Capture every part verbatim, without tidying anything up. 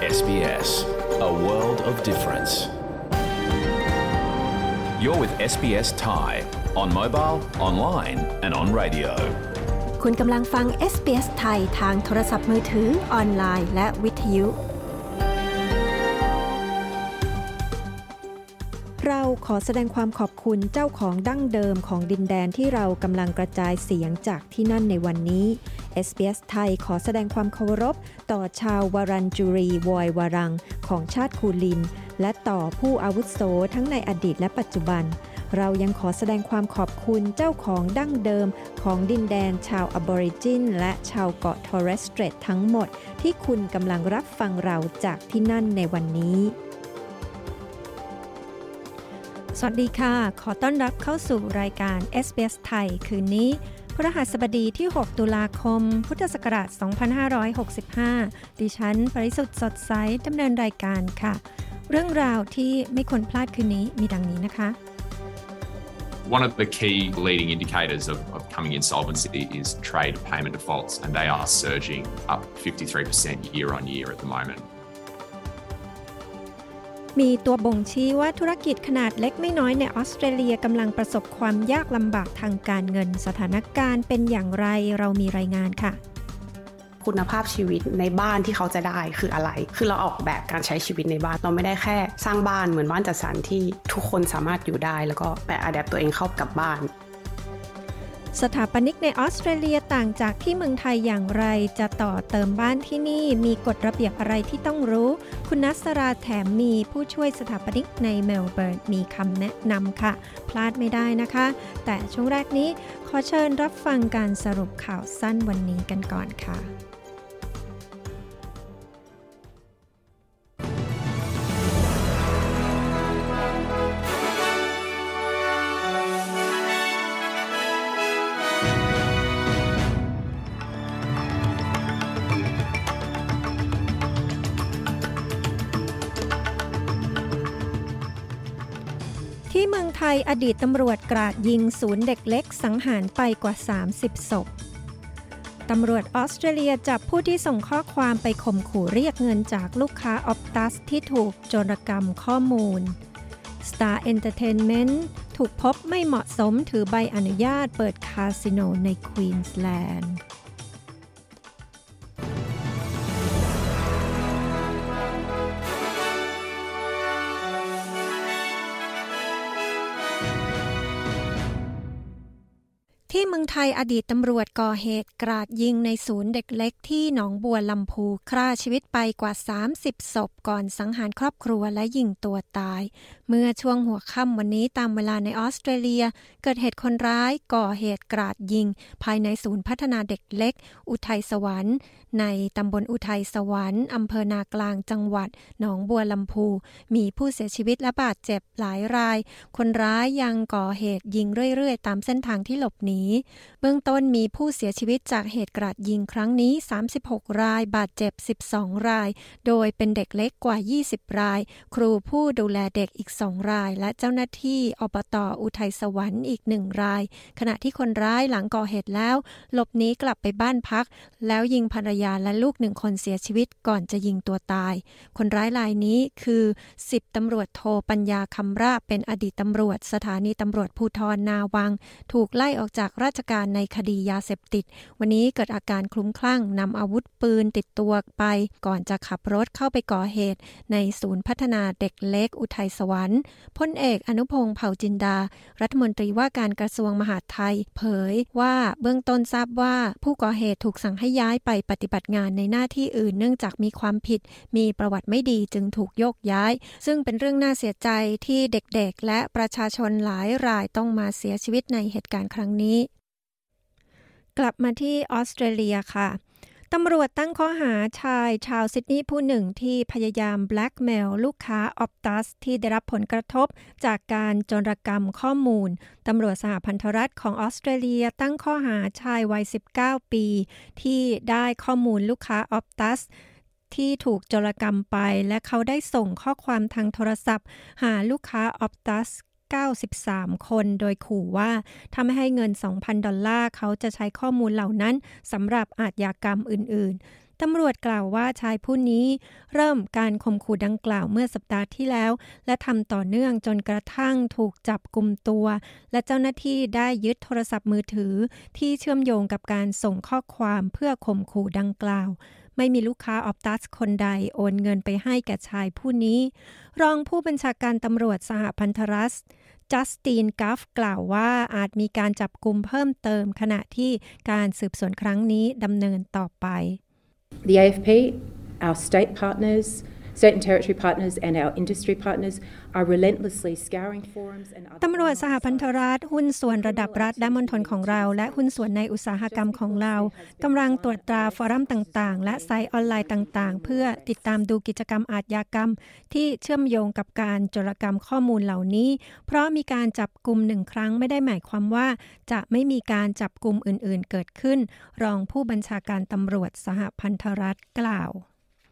เอส บี เอส, a world of difference. You're with เอส บี เอสThai on mobile, online and on radio. คุณกำลังฟัง เอส บี เอส ไทยทางโทรศัพท์มือถือออนไลน์และวิทยุเราขอแสดงความขอบคุณเจ้าของดั้งเดิมของดินแดนที่เรากำลังกระจายเสียงจากที่นั่นในวันนี้ เอส บี เอส ไทยขอแสดงความเคารพต่อชาววารันจูรีวอยวารังของชาติคูลินและต่อผู้อาวุโสทั้งในอดีตและปัจจุบันเรายังขอแสดงความขอบคุณเจ้าของดั้งเดิมของดินแดนชาวอบอริจินและชาวเกาะทอร์เรสสเตรททั้งหมดที่คุณกำลังรับฟังเราจากที่นั่นในวันนี้สวัสดีค่ะขอต้อนรับเข้าสู่รายการ เอส บี เอส ไทยคืนนี้พฤหัสบดีที่หกตุลาคมพุทธศักราชสองพันห้าร้อยหกสิบห้าดิฉันปริสุทธิ์สดใสดำเนินรายการค่ะเรื่องราวที่ไม่ควรพลาดคืนนี้มีดังนี้นะคะ One of the key leading indicators of, of coming insolvency is trade payment defaults, and they are surging up fifty-three percent year on year at the moment. มีตัวบ่งชี้ว่าธุรกิจขนาดเล็กไม่น้อยในออสเตรเลียกำลังประสบความยากลำบากทางการเงินสถานการณ์เป็นอย่างไรเรามีรายงานค่ะคุณภาพชีวิตในบ้านที่เขาจะได้คืออะไรคือเราออกแบบการใช้ชีวิตในบ้านเราไม่ได้แค่สร้างบ้านเหมือนบ้านจัดสรรที่ทุกคนสามารถอยู่ได้แล้วก็ไปอะแดปตัวเองเข้ากับบ้านสถาปนิกในออสเตรเลียต่างจากที่เมืองไทยอย่างไรจะต่อเติมบ้านที่นี่มีกฎระเบียบอะไรที่ต้องรู้คุณนัสราแถมมีผู้ช่วยสถาปนิกในเมลเบิร์นมีคำแนะนำค่ะพลาดไม่ได้นะคะแต่ช่วงแรกนี้ขอเชิญรับฟังการสรุปข่าวสั้นวันนี้กันก่อนค่ะที่เมืองไทยอดีตตำรวจกราดยิงศูนย์เด็กเล็กสังหารไปกว่าสามสิบศพตำรวจออสเตรเลียจับผู้ที่ส่งข้อความไปข่มขู่เรียกเงินจากลูกค้า Optus ที่ถูกโจรกรรมข้อมูล Star Entertainment ถูกพบไม่เหมาะสมถือใบอนุญาตเปิดคาสิโนในควีนสแลนด์ที่เมืองไทยอดีตตำรวจก่อเหตุกราดยิงในศูนย์เด็กเล็กที่หนองบัวลำพูฆ่าชีวิตไปกว่าสามสิบศพก่อนสังหารครอบครัวและยิงตัวตายเมื่อช่วงหัวค่ำวันนี้ตามเวลาในออสเตรเลียเกิดเหตุคนร้ายก่อเหตุกราดยิงภายในศูนย์พัฒนาเด็กเล็กอุทัยสวรรค์ในตำบลอุทัยสวรรค์อำเภอนากลางจังหวัดหนองบัวลำพูมีผู้เสียชีวิตและบาดเจ็บหลายรายคนร้ายยังก่อเหตุยิงเรื่อยๆตามเส้นทางที่หลบหนีเบื้องต้นมีผู้เสียชีวิตจากเหตุกราดยิงครั้งนี้สามสิบหกรายบาดเจ็บสิบสองรายโดยเป็นเด็กเล็กกว่ายี่สิบรายครูผู้ดูแลเด็กอีกสองรายและเจ้าหน้าที่อบต.อุทัยสวรรค์อีกหนึ่งรายขณะที่คนร้ายหลังก่อเหตุแล้วหลบหนีกลับไปบ้านพักแล้วยิงภรรยาและลูกหนึ่งคนเสียชีวิตก่อนจะยิงตัวตายคนร้ายรายนี้คือสิบตำรวจโทปัญญาคำราบเป็นอดีตตำรวจสถานีตำรวจภูธรนาวังถูกไล่ออกจากราชการในคดียาเสพติดวันนี้เกิดอาการคลุ้มคลั่งนำอาวุธปืนติดตัวไปก่อนจะขับรถเข้าไปก่อเหตุในศูนย์พัฒนาเด็กเล็กอุทัยสวรรค์พลเอกอนุพงษ์เผ่าจินดารัฐมนตรีว่าการกระทรวงมหาดไทยเผยว่าเบื้องต้นทราบว่าผู้ก่อเหตุถูกสั่งให้ย้ายไปปฏิบัติงานในหน้าที่อื่นเนื่องจากมีความผิดมีประวัติไม่ดีจึงถูกโยกย้ายซึ่งเป็นเรื่องน่าเสียใจที่เด็กๆและประชาชนหลายรายต้องมาเสียชีวิตในเหตุการณ์ครั้งนี้กลับมาที่ออสเตรเลียค่ะตำรวจตั้งข้อหาชายชาวซิดนีย์ผู้หนึ่งที่พยายามแบล็กเมลลูกค้า Optus ที่ได้รับผลกระทบจากการโจรกรรมข้อมูลตำรวจสหพันธรัฐของออสเตรเลียตั้งข้อหาชายวัยสิบเก้าปีที่ได้ข้อมูลลูกค้า Optus ที่ถูกโจรกรรมไปและเขาได้ส่งข้อความทางโทรศัพท์หาลูกค้า Optusเก้าสิบสามคนโดยขู่ว่าถ้าไม่ให้เงิน สองพัน ดอลลาร์เขาจะใช้ข้อมูลเหล่านั้นสำหรับอาชญากรรมอื่นๆตำรวจกล่าวว่าชายผู้นี้เริ่มการข่มขู่ดังกล่าวเมื่อสัปดาห์ที่แล้วและทำต่อเนื่องจนกระทั่งถูกจับกุมตัวและเจ้าหน้าที่ได้ยึดโทรศัพท์มือถือที่เชื่อมโยงกับการส่งข้อความเพื่อข่มขู่ดังกล่าวไม่มีลูกค้าออปตัสคนใดโอนเงินไปให้แก่ชายผู้นี้รองผู้บัญชาการตำรวจสหพันธรัฐจัสตินกัฟกล่าวว่าอาจมีการจับกุมเพิ่มเติมขณะที่การสืบสวนครั้งนี้ดำเนินต่อไป The เอ เอฟ พี our state partners State and territory partners and our industry partners are relentlessly scouring forums and other ตำรวจสหพันธรัฐหุ้นส่วนระดับรัฐและมณฑลของเราและหุ้นส่วนในอุตสาหกรรมของเรากำลังตรวจตราฟอรัมต่างๆและไซต์ออนไลน์ต่างๆเพื่อติดตามดูกิจกรรมอาชญากรรมที่เชื่อมโยงกับการโจรกรรมข้อมูลเหล่านี้เพราะมีการจับกุมหนึ่งครั้งไม่ได้หมายความว่าจะไม่มีการจับกุมอื่นๆเกิดขึ้นรองผู้บัญชาการตำรวจสหพันธรัฐกล่าว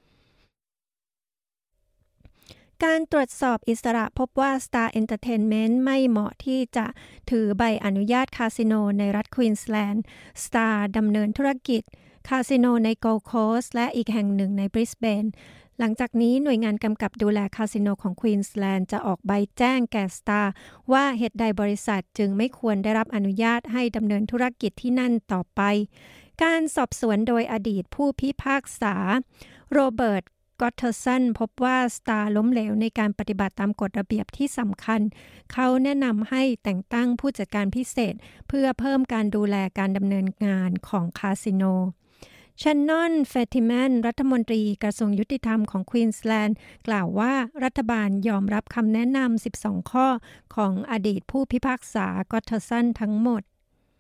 การตรวจสอบอิสระพบว่า Star Entertainment ไม่เหมาะที่จะถือใบอนุญาตคาสิโนในรัฐควีนส์แลนด์ Star ดำเนินธุรกิจคาสิโนใน Gold Coast และอีกแห่งหนึ่งในบริสเบนหลังจากนี้หน่วยงานกำกับดูแลคาสิโนของควีนส์แลนด์จะออกใบแจ้งแก่ Star ว่าเหตุใดบริษัทจึงไม่ควรได้รับอนุญาตให้ดำเนินธุรกิจที่นั่นต่อไปการสอบสวนโดยอดีตผู้พิพากษาโรเบิร์ตก็อตเทอร์สันพบว่า Star ล้มเหลวในการปฏิบัติตามกฎระเบียบที่สำคัญเขาแนะนำให้แต่งตั้งผู้จัดการพิเศษเพื่อเพิ่มการดูแลการดำเนินงานของคาสิโนชันนอน เฟติแมนรัฐมนตรีกระทรวงยุติธรรมของควีนส์แลนด์กล่าวว่ารัฐบาลยอมรับคำแนะนำสิบสองข้อของอดีตผู้พิพากษาก็อตเทอร์สันทั้งหมด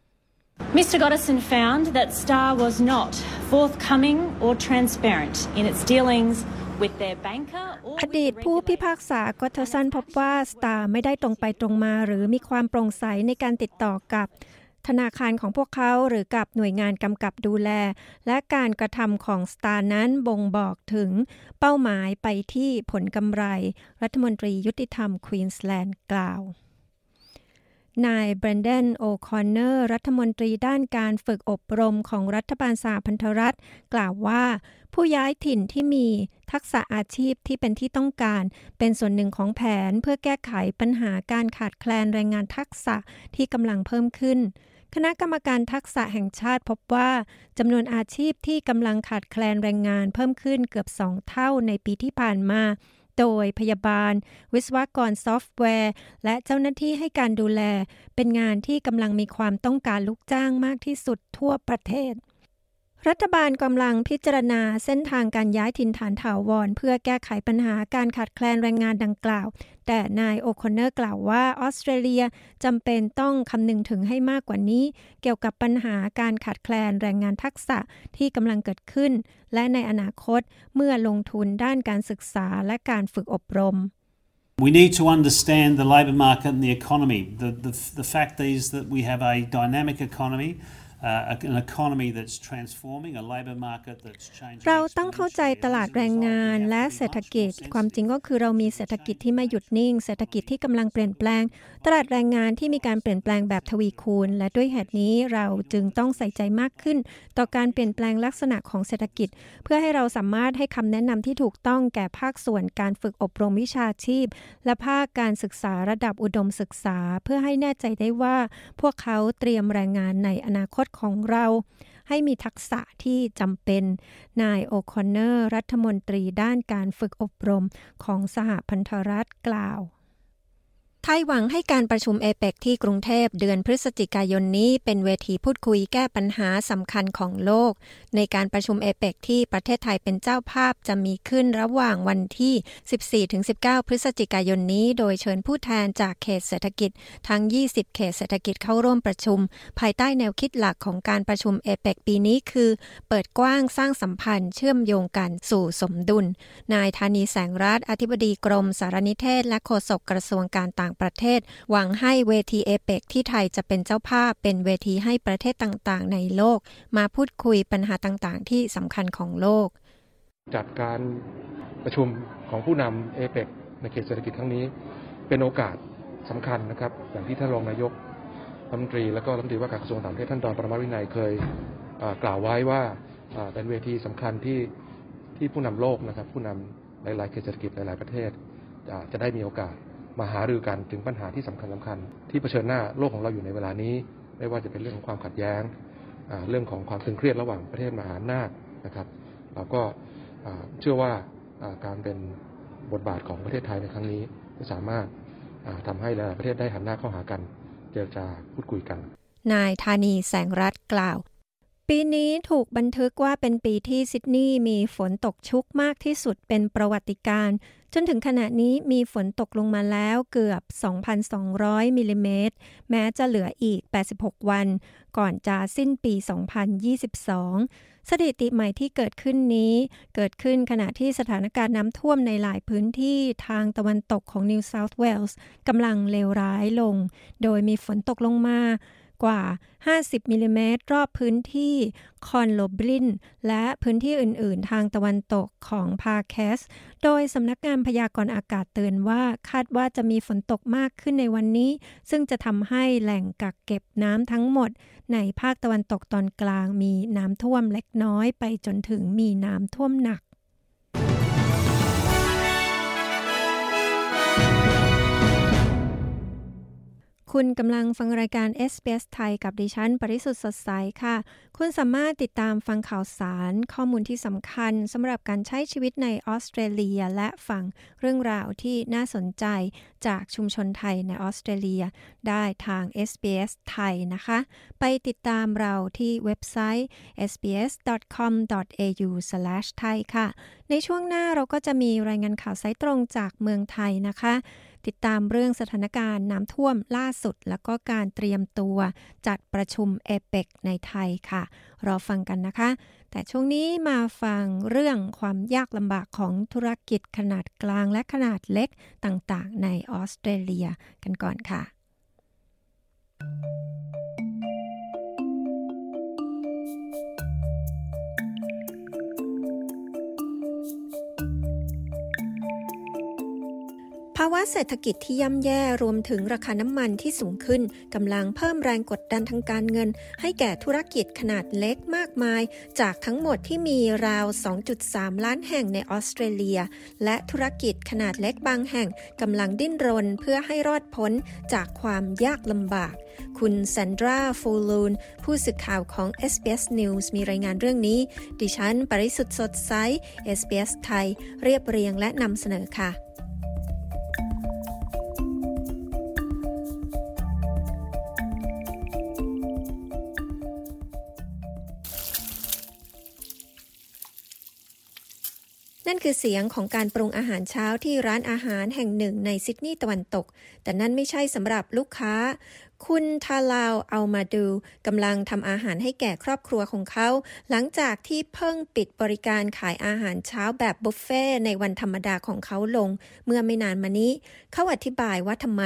Mister Gottison found that Star was not forthcoming or transparent in its dealings with their banker or อดีตผู้พิพากษาก็อตเทอร์สันพบว่า Star ไม่ได้ตรงไปตรงมาหรือมีความโปร่งใสในการติดต่อกับธนาคารของพวกเขาหรือกับหน่วยงานกำกับดูแลและการกระทำของ Star นั้นบ่งบอกถึงเป้าหมายไปที่ผลกำไรรัฐมนตรียุติธรรมควีนส์แลนด์กล่าวนายแบรนดอน โอคอนเนอร์รัฐมนตรีด้านการฝึกอบรมของรัฐบาลสหพันธรัฐกล่าวว่าผู้ย้ายถิ่นที่มีทักษะอาชีพที่เป็นที่ต้องการเป็นส่วนหนึ่งของแผนเพื่อแก้ไขปัญหาการขาดแคลนแรงงานทักษะที่กำลังเพิ่มขึ้นคณะกรรมการทักษะแห่งชาติพบว่าจำนวนอาชีพที่กำลังขาดแคลนแรงงานเพิ่มขึ้นเกือบสองเท่าในปีที่ผ่านมาโดยพยาบาลวิศวกรซอฟต์แวร์และเจ้าหน้าที่ให้การดูแลเป็นงานที่กำลังมีความต้องการลูกจ้างมากที่สุดทั่วประเทศรัฐบาลกำลังพิจารณาเส้นทางการย้ายถิ่นฐานถาวรเพื่อแก้ไขปัญหาการขาดแคลนแรงงานดังกล่าวแต่นายโอคอนเนอร์กล่าวว่าออสเตรเลียจำเป็นต้องคำนึงถึงให้มากกว่านี้เกี่ยวกับปัญหาการขาดแคลนแรงงานทักษะที่กำลังเกิดขึ้นและในอนาคตเมื่อลงทุนด้านการศึกษาและการฝึกอบรม We need to understand the labour market and the economy. The, the, the fact is that we have a dynamic economy.Uh, an economy that's transforming, a labour market that's changing. เราต้องเข้าใจตลาดแรงงานและเศรษฐกิจความจริงก็คือเรามีเศรษฐกิจที่ไม่หยุดนิ่งเศรษฐกิจที่กำลังเปลี่ยนแปลงตลาดแรงงานที่มีการเปลี่ยนแปลงแบบทวีคูณและด้วยเหตุนี้เราจึงต้องใส่ใจมากขึ้นต่อการเปลี่ยนแปลงลักษณะของเศรษฐกิจเพื่อให้เราสามารถให้คำแนะนำที่ถูกต้องแก่ภาคส่วนการฝึกอบรมวิชาชีพและภาคการศึกษาระดับอุดมศึกษาเพื่อให้แน่ใจได้ว่าพวกเขาเตรียมแรงงานในอนาคตของเราให้มีทักษะที่จำเป็นนายโอคอนเนอร์รัฐมนตรีด้านการฝึกอบรมของสหพันธรัฐกล่าวไทยหวังให้การประชุมเอเปกที่กรุงเทพเดือนพฤศจิกายนนี้เป็นเวทีพูดคุยแก้ปัญหาสำคัญของโลกในการประชุมเอเปกที่ประเทศไทยเป็นเจ้าภาพจะมีขึ้นระหว่างวันที่ สิบสี่ถึงสิบเก้า พฤศจิกายนนี้โดยเชิญผู้แทนจากเขตเศรษฐกิจทั้งยี่สิบเขตเศรษฐกิจเข้าร่วมประชุมภายใต้แนวคิดหลักของการประชุมเอเปกปีนี้คือเปิดกว้างสร้างสัมพันธ์เชื่อมโยงกันสู่สมดุลนายธานีแสงรัตน์อธิบดีกรมสารนิเทศและโฆษกกระทรวงการต่างประเทศหวังให้เวทีเอเปกที่ไทยจะเป็นเจ้าภาพเป็นเวทีให้ประเทศต่างๆในโลกมาพูดคุยปัญหาต่างๆที่สำคัญของโลกจัดการประชุมของผู้นำเอเปกในเขตเศรษฐกิจครั้งนี้เป็นโอกาสสำคัญนะครับอย่างที่ท่านรองนายกรัฐมนตรีและก็รัฐมนตรีว่าการกระทรวงต่างประเทศท่านดอนปรมัตถ์วินัยเคยกล่าวไว้ว่าเป็นเวทีสำคัญที่ที่ผู้นำโลกนะครับผู้นำหลายๆเขตเศรษฐกิจหลายๆประเทศจะได้มีโอกาสมาหารือกันถึงปัญหาที่สำคัญสำคัญที่เผชิญหน้าโลกของเราอยู่ในเวลานี้ไม่ว่าจะเป็นเรื่องของความขัดแย้งเรื่องของความตึงเครียดระหว่างประเทศมหาอำนาจนะครับเราก็เชื่อว่าการเป็นบทบาทของประเทศไทยในครั้งนี้จะสามารถทำให้หลายประเทศได้หันหน้าเข้าหากันเจรจาพูดคุยกันนายธานีแสงรัตน์กล่าวปีนี้ถูกบันทึกว่าเป็นปีที่ซิดนีย์มีฝนตกชุกมากที่สุดเป็นประวัติการณ์จนถึงขณะนี้มีฝนตกลงมาแล้วเกือบ สองพันสองร้อย มิลลิเมตรแม้จะเหลืออีกแปดสิบหกวันก่อนจะสิ้นปี สองพันยี่สิบสอง สถิติใหม่ที่เกิดขึ้นนี้เกิดขึ้นขณะที่สถานการณ์น้ำท่วมในหลายพื้นที่ทางตะวันตกของ New South Wales กำลังเลวร้ายลงโดยมีฝนตกลงมากว่าห้าสิบมิลลิเมตรรอบพื้นที่คอนโลบลินและพื้นที่อื่นๆทางตะวันตกของพาแคสโดยสำนักงานพยากรณ์อากาศเตือนว่าคาดว่าจะมีฝนตกมากขึ้นในวันนี้ซึ่งจะทำให้แหล่งกักเก็บน้ำทั้งหมดในภาคตะวันตกตอนกลางมีน้ำท่วมเล็กน้อยไปจนถึงมีน้ำท่วมหนักคุณกำลังฟังรายการ เอส บี เอส ไทยกับดิฉันปริสุทธิ์สดใสค่ะคุณสามารถติดตามฟังข่าวสารข้อมูลที่สำคัญสำหรับการใช้ชีวิตในออสเตรเลียและฟังเรื่องราวที่น่าสนใจจากชุมชนไทยในออสเตรเลียได้ทาง เอส บี เอส ไทยนะคะไปติดตามเราที่เว็บไซต์ เอส บี เอส ดอท คอม ดอท เอ ยู สแลช ไทย ค่ะในช่วงหน้าเราก็จะมีรายงานข่าวสายตรงจากเมืองไทยนะคะติดตามเรื่องสถานการณ์น้ำท่วมล่าสุดแล้วก็การเตรียมตัวจัดประชุมเอเปกในไทยค่ะรอฟังกันนะคะแต่ช่วงนี้มาฟังเรื่องความยากลำบากของธุรกิจขนาดกลางและขนาดเล็กต่างๆในออสเตรเลียกันก่อนค่ะภาวะเศรษฐกิจที่ย่ำแย่รวมถึงราคาน้ำมันที่สูงขึ้นกำลังเพิ่มแรงกดดันทางการเงินให้แก่ธุรกิจขนาดเล็กมากมายจากทั้งหมดที่มีราว สองจุดสาม ล้านแห่งในออสเตรเลียและธุรกิจขนาดเล็กบางแห่งกำลังดิ้นรนเพื่อให้รอดพ้นจากความยากลำบากคุณแซนดราฟูลูนผู้สื่อข่าวของ เอส บี เอส News มีรายงานเรื่องนี้ดิฉันปริสุทธิ์สดใส เอส บี เอส ไทยเรียบเรียงและนำเสนอค่ะนั่นคือเสียงของการปรุงอาหารเช้าที่ร้านอาหารแห่งหนึ่งในซิดนีย์ตะวันตกแต่นั่นไม่ใช่สำหรับลูกค้าคุณทาลาวเอามาดูกำลังทำอาหารให้แก่ครอบครัวของเขาหลังจากที่เพิ่งปิดบริการขายอาหารเช้าแบบบุฟเฟ่ในวันธรรมดาของเขาลงเมื่อไม่นานมานี้เขาอธิบายว่าทำไม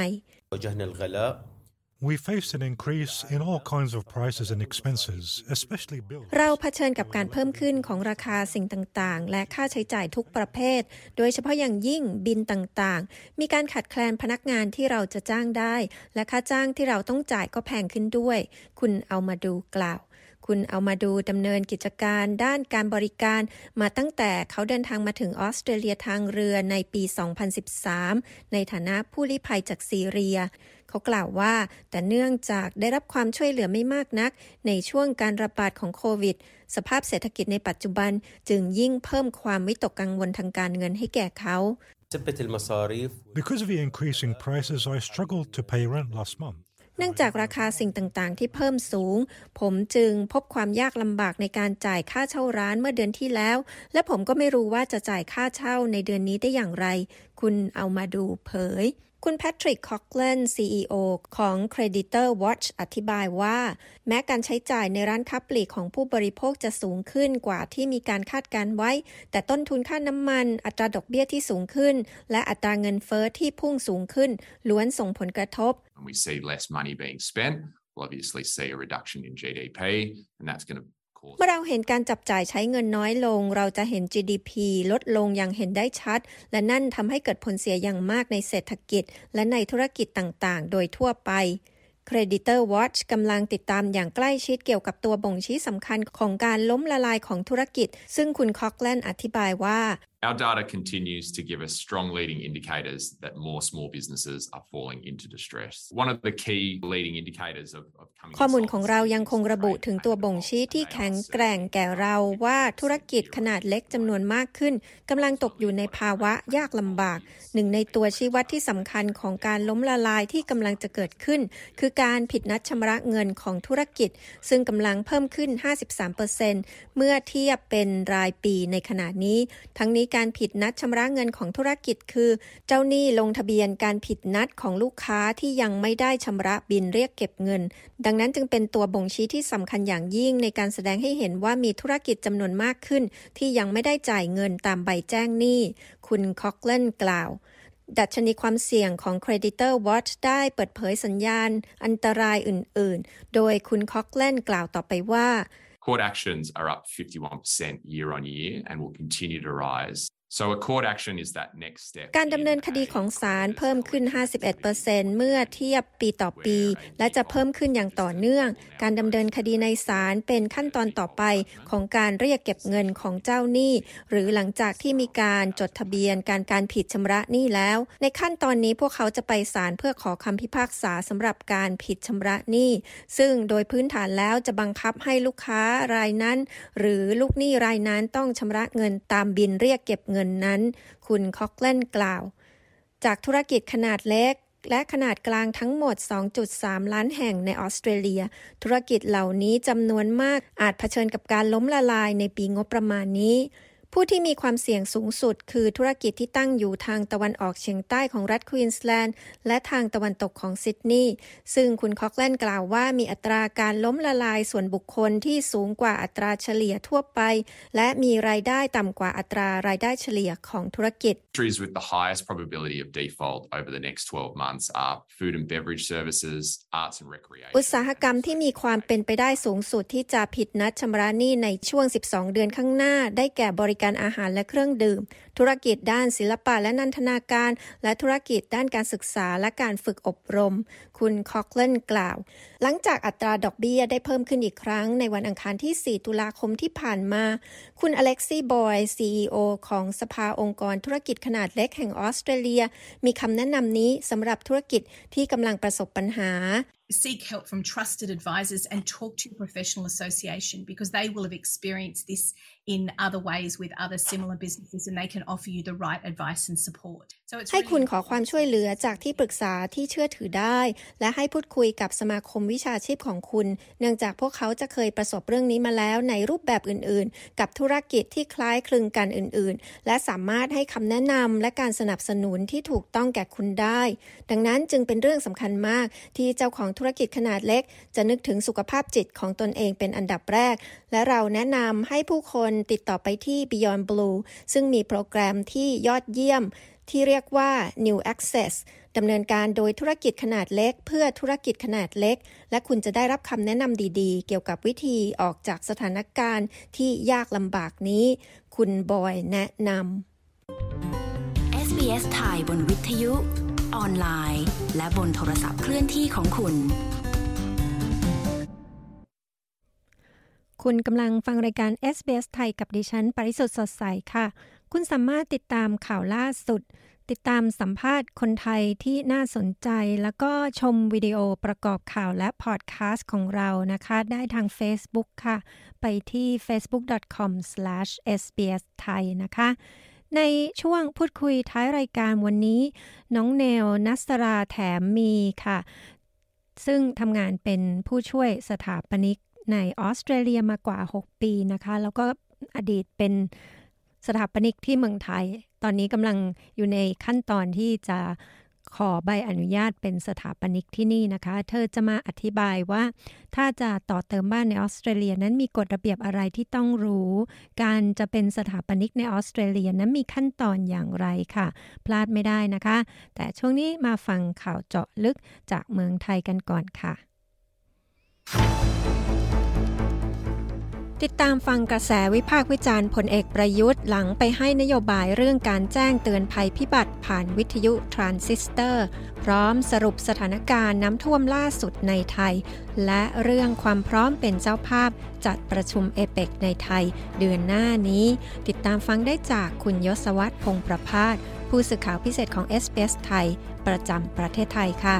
We faced an increase in all kinds of prices and expenses, especially bills. เราเผชิญกับการเพิ่มขึ้นของราคาสิ่งต่างๆและค่าใช้จ่ายทุกประเภทโดยเฉพาะอย่างยิ่งบิลต่างๆมีการขาดแคลนพนักงานที่เราจะจ้างได้และค่าจ้างที่เราต้องจ่ายก็แพงขึ้นด้วยคุณเอามาดูกล่าวคุณเอามาดูดำเนินกิจการด้านการบริการมาตั้งแต่เขาเดินทางมาถึงออสเตรเลียทางเรือในปี สองพันสิบสาม ในฐานะผู้ลี้ภัยจากซีเรียเขากล่าวว่าแต่เนื่องจากได้รับความช่วยเหลือไม่มากนักในช่วงการระบาดของโควิดสภาพเศรษฐกิจในปัจจุบันจึงยิ่งเพิ่มความวิตกกังวลทางการเงินให้แก่เขา Because of the increasing prices, I struggled to pay rent last month. เนื่องจากราคาสิ่งต่างๆที่เพิ่มสูงผมจึงพบความยากลำบากในการจ่ายค่าเช่าร้านเมื่อเดือนที่แล้วและผมก็ไม่รู้ว่าจะจ่ายค่าเช่าในเดือนนี้ได้อย่างไรคุณเอามาดูเผยคุณแพทริก คอกเลน ซี อี โอ ของ Creditor Watch อธิบายว่าแม้การใช้จ่ายในร้านค้าปลีกของผู้บริโภคจะสูงขึ้นกว่าที่มีการคาดการไว้แต่ต้นทุนค่าน้ำมันอัตราดอกเบี้ยที่สูงขึ้นและอัตราเงินเฟ้อที่พุ่งสูงขึ้นล้วนส่งผลกระทบ When we see less money being spent, we'll obviously see a reduction in จี ดี พี and that's going to เมื่อเราเห็นการจับจ่ายใช้เงินน้อยลงเราจะเห็น จี ดี พี ลดลงอย่างเห็นได้ชัดและนั่นทำให้เกิดผลเสียอย่างมากในเศรษฐกิจและในธุรกิจต่างๆโดยทั่วไป Creditor Watch กำลังติดตามอย่างใกล้ชิดเกี่ยวกับตัวบ่งชี้สำคัญของการล้มละลายของธุรกิจซึ่งคุณคอกแลนด์อธิบายว่า Our data continues to give us strong leading indicators that more small businesses are falling into distress. One of the key leading indicators of, of coming ข้อมูลของเรายังคงระบุถึงตัวบ่งชี้ที่แข็งแกร่งแก่เราว่าธุรกิจขนาดเล็กจำนวนมากขึ้นกำลังตกอยู่ในภาวะยากลำบากหนึ่งในตัวชี้วัดที่สำคัญของการล้มละลายที่กำลังจะเกิดขึ้นคือการผิดนัดชำระเงินของธุรกิจซึ่งกำลังเพิ่มขึ้น ห้าสิบสามเปอร์เซ็นต์ เมื่อเทียบเป็นรายปีในขณะนี้ทั้งนี้การผิดนัดชำระเงินของธุรกิจคือเจ้าหนี้ลงทะเบียนการผิดนัดของลูกค้าที่ยังไม่ได้ชำระบิลเรียกเก็บเงินดังนั้นจึงเป็นตัวบ่งชี้ที่สำคัญอย่างยิ่งในการแสดงให้เห็นว่ามีธุรกิจจำนวนมากขึ้นที่ยังไม่ได้จ่ายเงินตามใบแจ้งหนี้คุณคอกแลนด์กล่าวดัชนีความเสี่ยงของ Creditor Watch ได้เปิดเผยสัญญาณอันตรายอื่นๆโดยคุณคอกแลนด์กล่าวต่อไปว่า Court actions are up fifty-one percent year on year and will continue to rise. So a court action is that next step. การดำเนินคดีของศาลเพิ่มขึ้น ห้าสิบเอ็ดเปอร์เซ็นต์ เมื่อเทียบปีต่อปีและจะเพิ่มขึ้นอย่างต่อเนื่องการดำเนินคดีในศาลเป็นขั้นตอนต่อไปของการเรียกเก็บเงินของเจ้าหนี้หรือหลังจากที่มีการจดทะเบียนการการผิดชำระหนี้แล้วในขั้นตอนนี้พวกเขาจะไปศาลเพื่อขอคำพิพากษาสำหรับการผิดชำระหนี้ซึ่งโดยพื้นฐานแล้วจะบังคับให้ลูกค้ารายนั้นหรือลูกหนี้รายนั้นต้องชำระเงินตามบิลเรียกเก็บเงินนั้นคุณคอกแลนด์กล่าวจากธุรกิจขนาดเล็กและขนาดกลางทั้งหมด สองจุดสาม ล้านแห่งในออสเตรเลียธุรกิจเหล่านี้จำนวนมากอาจเผชิญกับการล้มละลายในปีงบประมาณนี้ผู้ที่มีความเสี่ยงสูงสุดคือธุรกิจที่ตั้งอยู่ทางตะวันออกเฉียงใต้ของรัฐควีนสแลนด์และทางตะวันตกของซิดนีย์ซึ่งคุณคอกแลนด์กล่าวว่ามีอัตราการล้มละลายส่วนบุคคลที่สูงกว่าอัตราเฉลี่ยทั่วไปและมีรายได้ต่ำกว่าอัตรารายได้เฉลี่ยของธุรกิจ Industries with the highest probability of default over the next twelve months are food and beverage services, arts and recreation. อุตสาหกรรมที่มีความเป็นไปได้สูงสุดที่จะผิดนัดชำระหนี้ในช่วงสิบสองเดือนข้างหน้าได้แก่บริการอาหารและเครื่องดื่มธุรกิจด้านศิลปะและนันทนาการและธุรกิจด้านการศึกษาและการฝึกอบรมคุณคอกแลนด์กล่าวหลังจากอัตราดอกเบี้ยได้เพิ่มขึ้นอีกครั้งในวันอังคารที่สี่ตุลาคมที่ผ่านมาคุณอเล็กซี่บอย ซี อี โอ ของสภาองค์กรธุรกิจขนาดเล็กแห่งออสเตรเลียมีคำแนะนำนี้สำหรับธุรกิจที่กำลังประสบปัญหา Seek help from trusted advisors and talk to your professional association because they will have experienced this in other ways with other similar businesses and they can offer you the right advice and support. So it's ให้คุณขอความช่วยเหลือจากที่ปรึกษาที่เชื่อถือได้และให้พูดคุยกับสมาคมวิชาชีพของคุณเนื่องจากพวกเขาจะเคยประสบเรื่องนี้มาแล้วในรูปแบบอื่นๆกับธุรกิจที่คล้ายคลึงกันอื่นๆและสามารถให้คำแนะนำและการสนับสนุนที่ถูกต้องแก่คุณได้ดังนั้นจึงเป็นเรื่องสำคัญมากที่เจ้าของธุรกิจขนาดเล็กจะนึกถึงสุขภาพจิตของตนเองเป็นอันดับแรกและเราแนะนำให้ผู้คนติดต่อไปที่ Beyond Blue ซึ่งมีโปรแกรมที่ยอดเยี่ยมที่เรียกว่า New Access ดำเนินการโดยธุรกิจขนาดเล็กเพื่อธุรกิจขนาดเล็กและคุณจะได้รับคำแนะนำดีๆเกี่ยวกับวิธีออกจากสถานการณ์ที่ยากลำบากนี้คุณบอยแนะนำเอส บี เอส ไทยบนวิทยุออนไลน์และบนโทรศัพท์เคลื่อนที่ของคุณคุณกำลังฟังรายการ เอส บี เอส ไทยกับดิฉันปริสุทธิ์สดใสค่ะคุณสามารถติดตามข่าวล่าสุดติดตามสัมภาษณ์คนไทยที่น่าสนใจแล้วก็ชมวิดีโอประกอบข่าวและพอดคาสต์ของเรานะคะได้ทาง Facebook ค่ะไปที่ เฟซบุ๊ก ดอท คอม สแลช เอส บี เอส ไทย นะคะในช่วงพูดคุยท้ายรายการวันนี้น้องเนลนัสราแถมมีค่ะซึ่งทำงานเป็นผู้ช่วยสถาปนิกในออสเตรเลียมากว่าหกปีนะคะแล้วก็อดีตเป็นสถาปนิกที่เมืองไทยตอนนี้กำลังอยู่ในขั้นตอนที่จะขอใบอนุญาตเป็นสถาปนิกที่นี่นะคะเธอจะมาอธิบายว่าถ้าจะต่อเติมบ้านในออสเตรเลียนั้นมีกฎระเบียบอะไรที่ต้องรู้การจะเป็นสถาปนิกในออสเตรเลียนั้นมีขั้นตอนอย่างไรค่ะพลาดไม่ได้นะคะแต่ช่วงนี้มาฟังข่าวเจาะลึกจากเมืองไทยกันก่อนค่ะติดตามฟังกระแสวิพากษ์วิจารณ์พลเอกประยุทธ์หลังไปให้นโยบายเรื่องการแจ้งเตือนภัยพิบัติผ่านวิทยุทรานซิสเตอร์พร้อมสรุปสถานการณ์น้ำท่วมล่าสุดในไทยและเรื่องความพร้อมเป็นเจ้าภาพจัดประชุมเอเปกในไทยเดือนหน้านี้ติดตามฟังได้จากคุณยศวัฒน์พงษ์ประภาสผู้สื่อข่าวพิเศษของ เอส บี เอส ไทยประจำประเทศไทยค่ะ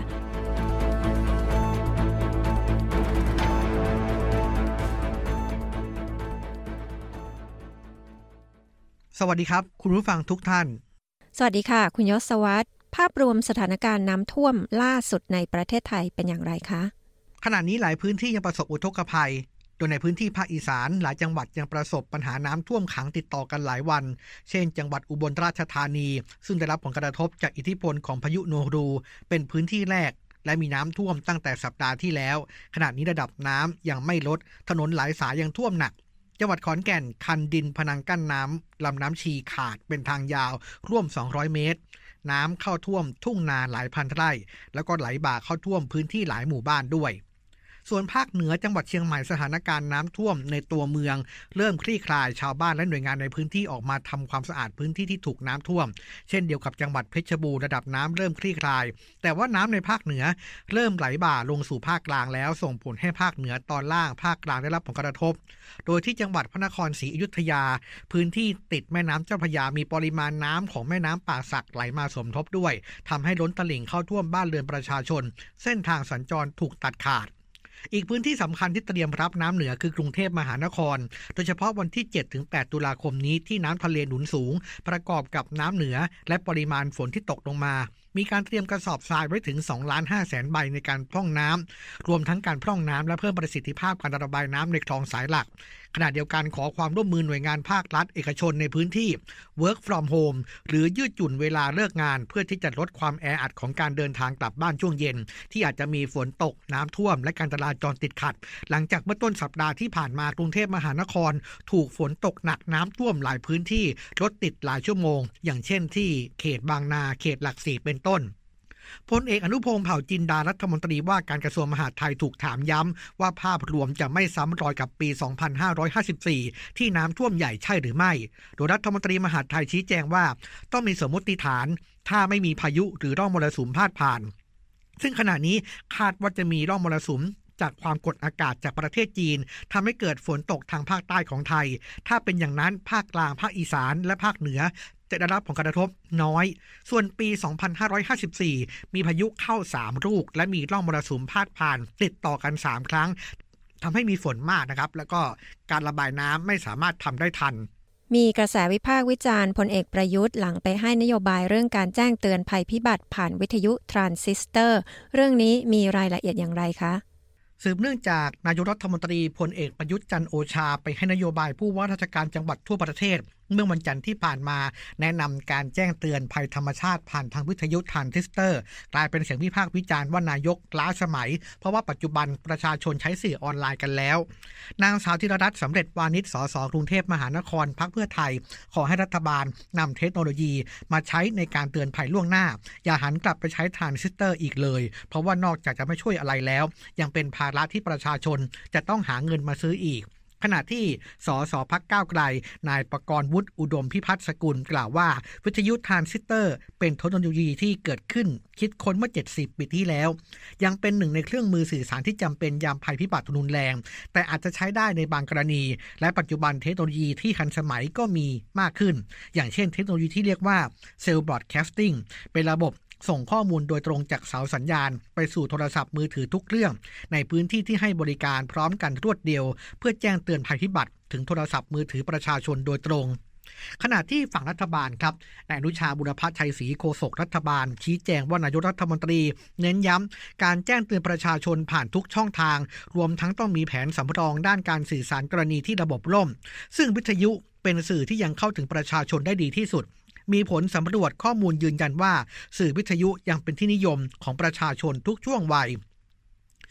สวัสดีครับคุณผู้ฟังทุกท่านสวัสดีค่ะคุณยศวัฒน์ภาพรวมสถานการณ์น้ำท่วมล่าสุดในประเทศไทยเป็นอย่างไรคะขณะนี้หลายพื้นที่ยังประสบอุทกภัยโดยในพื้นที่ภาคอีสานหลายจังหวัดยังประสบปัญหาน้ำท่วมขังติดต่อกันหลายวันเช่นจังหวัดอุบลราชธานีซึ่งได้รับผลกระทบจากอิทธิพลของพายุโนรูเป็นพื้นที่แรกและมีน้ำท่วมตั้งแต่สัปดาห์ที่แล้วขณะนี้ระดับน้ำยังไม่ลดถนนหลายสายยังท่วมหนักจังหวัดขอนแก่นคันดินพนังกั้นน้ำลำน้ำชีขาดเป็นทางยาวร่วมสองร้อยเมตรน้ำเข้าท่วมทุ่งนาหลายพันไร่แล้วก็ไหลบ่าเข้าท่วมพื้นที่หลายหมู่บ้านด้วยส่วนภาคเหนือจังหวัดเชียงใหม่สถานการณ์น้ำท่วมในตัวเมืองเริ่มคลี่คลายชาวบ้านและหน่วยงานในพื้นที่ออกมาทำความสะอาดพื้นที่ที่ถูกน้ำท่วมเช่นเดียวกับจังหวัดเพชรบูรณ์ระดับน้ำเริ่มคลี่คลายแต่ว่าน้ำในภาคเหนือเริ่มไหลบ่าลงสู่ภาคกลางแล้วส่งผลให้ภาคเหนือตอนล่างภาคกลางได้รับผลกระทบโดยที่จังหวัดพระนครศรีอยุธยาพื้นที่ติดแม่น้ำเจ้าพระยามีปริมาณน้ำของแม่น้ำป่าสักไหลมาสมทบด้วยทำให้ล้นตลิ่งเข้าท่วมบ้านเรือนประชาชนเส้นทางสัญจรถูกตัดขาดอีกพื้นที่สำคัญที่เตรียมรับน้ำเหนือคือกรุงเทพมหานครโดยเฉพาะวันที่ เจ็ดถึงแปด ตุลาคมนี้ที่น้ำทะเลหนุนสูงประกอบกับน้ำเหนือและปริมาณฝนที่ตกลงมามีการเตรียมกระสอบทรายไว้ถึง สองล้านห้าแสน ใบในการพร่องน้ำรวมทั้งการพร่องน้ำและเพิ่มประสิทธิภาพการระบายน้ำในคลองสายหลักขณะเดียวกันขอความร่วมมือหน่วยงานภาครัฐเอกชนในพื้นที่ work from home หรือยืดหยุ่นเวลาเลิกงานเพื่อที่จะลดความแออัดของการเดินทางกลับบ้านช่วงเย็นที่อาจจะมีฝนตกน้ำท่วมและการจราจรติดขัดหลังจากเมื่อต้นสัปดาห์ที่ผ่านมากรุงเทพมหานครถูกฝนตกหนักน้ำท่วมหลายพื้นที่รถติดหลายชั่วโมงอย่างเช่นที่เขตบางนาเขตหลักสี่เป็นต้นพลเอกอนุพงษ์เผ่าจินดารัฐมนตรีว่าการกระทรวงมหาดไทยถูกถามย้ำว่าภาพรวมจะไม่ซ้ำรอยกับปี สองพันห้าร้อยห้าสิบสี่ ที่น้ำท่วมใหญ่ใช่หรือไม่โดยรัฐมนตรีมหาดไทยชี้แจงว่าต้องมีสมมติฐานถ้าไม่มีพายุหรือร่องมรสุมพาดผ่านซึ่งขณะนี้คาดว่าจะมีร่องมรสุมจากความกดอากาศจากประเทศจีนทำให้เกิดฝนตกทางภาคใต้ของไทยถ้าเป็นอย่างนั้นภาคกลางภาคอีสานและภาคเหนือจะได้รับผลกระทบน้อยส่วนปี สองพันห้าร้อยห้าสิบสี่ มีพายุเข้าสามลูกและมีร่องมรสุมพาดผ่านติดต่อกันสามครั้งทำให้มีฝนมากนะครับแล้วก็การระบายน้ำไม่สามารถทำได้ทันมีกระแสวิพากษ์วิจารณ์พลเอกประยุทธ์หลังไปให้นโยบายเรื่องการแจ้งเตือนภัยพิบัติผ่านวิทยุทรานซิสเตอร์เรื่องนี้มีรายละเอียดอย่างไรคะสืบเนื่องจากนายกรัฐมนตรีพลเอกประยุทธ์จันทร์โอชาไปให้นโยบายผู้ว่าราชการจังหวัดทั่วประเทศเมื่อวันจันทร์ที่ผ่านมาแนะนำการแจ้งเตือนภัยธรรมชาติผ่านทางวิทยุทรานซิสเตอร์กลายเป็นเสียงวิพากษ์วิจารณ์ว่านายกล้าสมัยเพราะว่าปัจจุบันประชาชนใช้สื่อออนไลน์กันแล้วนางสาวธีรรัตน์สำเร็จวานิชสสกรุงเทพมหานครพรรคเพื่อไทยขอให้รัฐบาลนำเทคโนโลยีมาใช้ในการเตือนภัยล่วงหน้าอย่าหันกลับไปใช้ทรานซิสเตอร์อีกเลยเพราะว่านอกจากจะไม่ช่วยอะไรแล้วยังเป็นภาระที่ประชาชนจะต้องหาเงินมาซื้ออีกขณะที่สสพรรคก้าวไกลนายประกรณ์วุฒิอุดมพิพัฒน์สกุลกล่าวว่าวิทยุทรานซิสเตอร์เป็นเทคโนโลยีที่เกิดขึ้นคิดค้นเมื่อเจ็ดสิบปีที่แล้วยังเป็นหนึ่งในเครื่องมือสื่อสารที่จำเป็นยามภัยพิบัติรุนแรงแต่อาจจะใช้ได้ในบางกรณีและปัจจุบันเทคโนโลยีที่ทันสมัยก็มีมากขึ้นอย่างเช่นเทคโนโลยีที่เรียกว่าเซลล์บรอดแคสติ้งเป็นระบบส่งข้อมูลโดยตรงจากเสาสัญญาณไปสู่โทรศัพท์มือถือทุกเครื่องในพื้นที่ที่ให้บริการพร้อมกันรวดเดียวเพื่อแจ้งเตือนภัยพิบัติถึงโทรศัพท์มือถือประชาชนโดยตรงขณะที่ฝั่งรัฐบาลครับนายอนุชาบุรพชัยศรีโฆษกรัฐบาลชี้แจงว่านายกรัฐมนตรีเน้นย้ำการแจ้งเตือนประชาชนผ่านทุกช่องทางรวมทั้งต้องมีแผนสำรองด้านการสื่อสารกรณีที่ระบบล่มซึ่งวิทยุเป็นสื่อที่ยังเข้าถึงประชาชนได้ดีที่สุดมีผลสำรวจข้อมูลยืนยันว่าสื่อวิทยุยังเป็นที่นิยมของประชาชนทุกช่วงวัย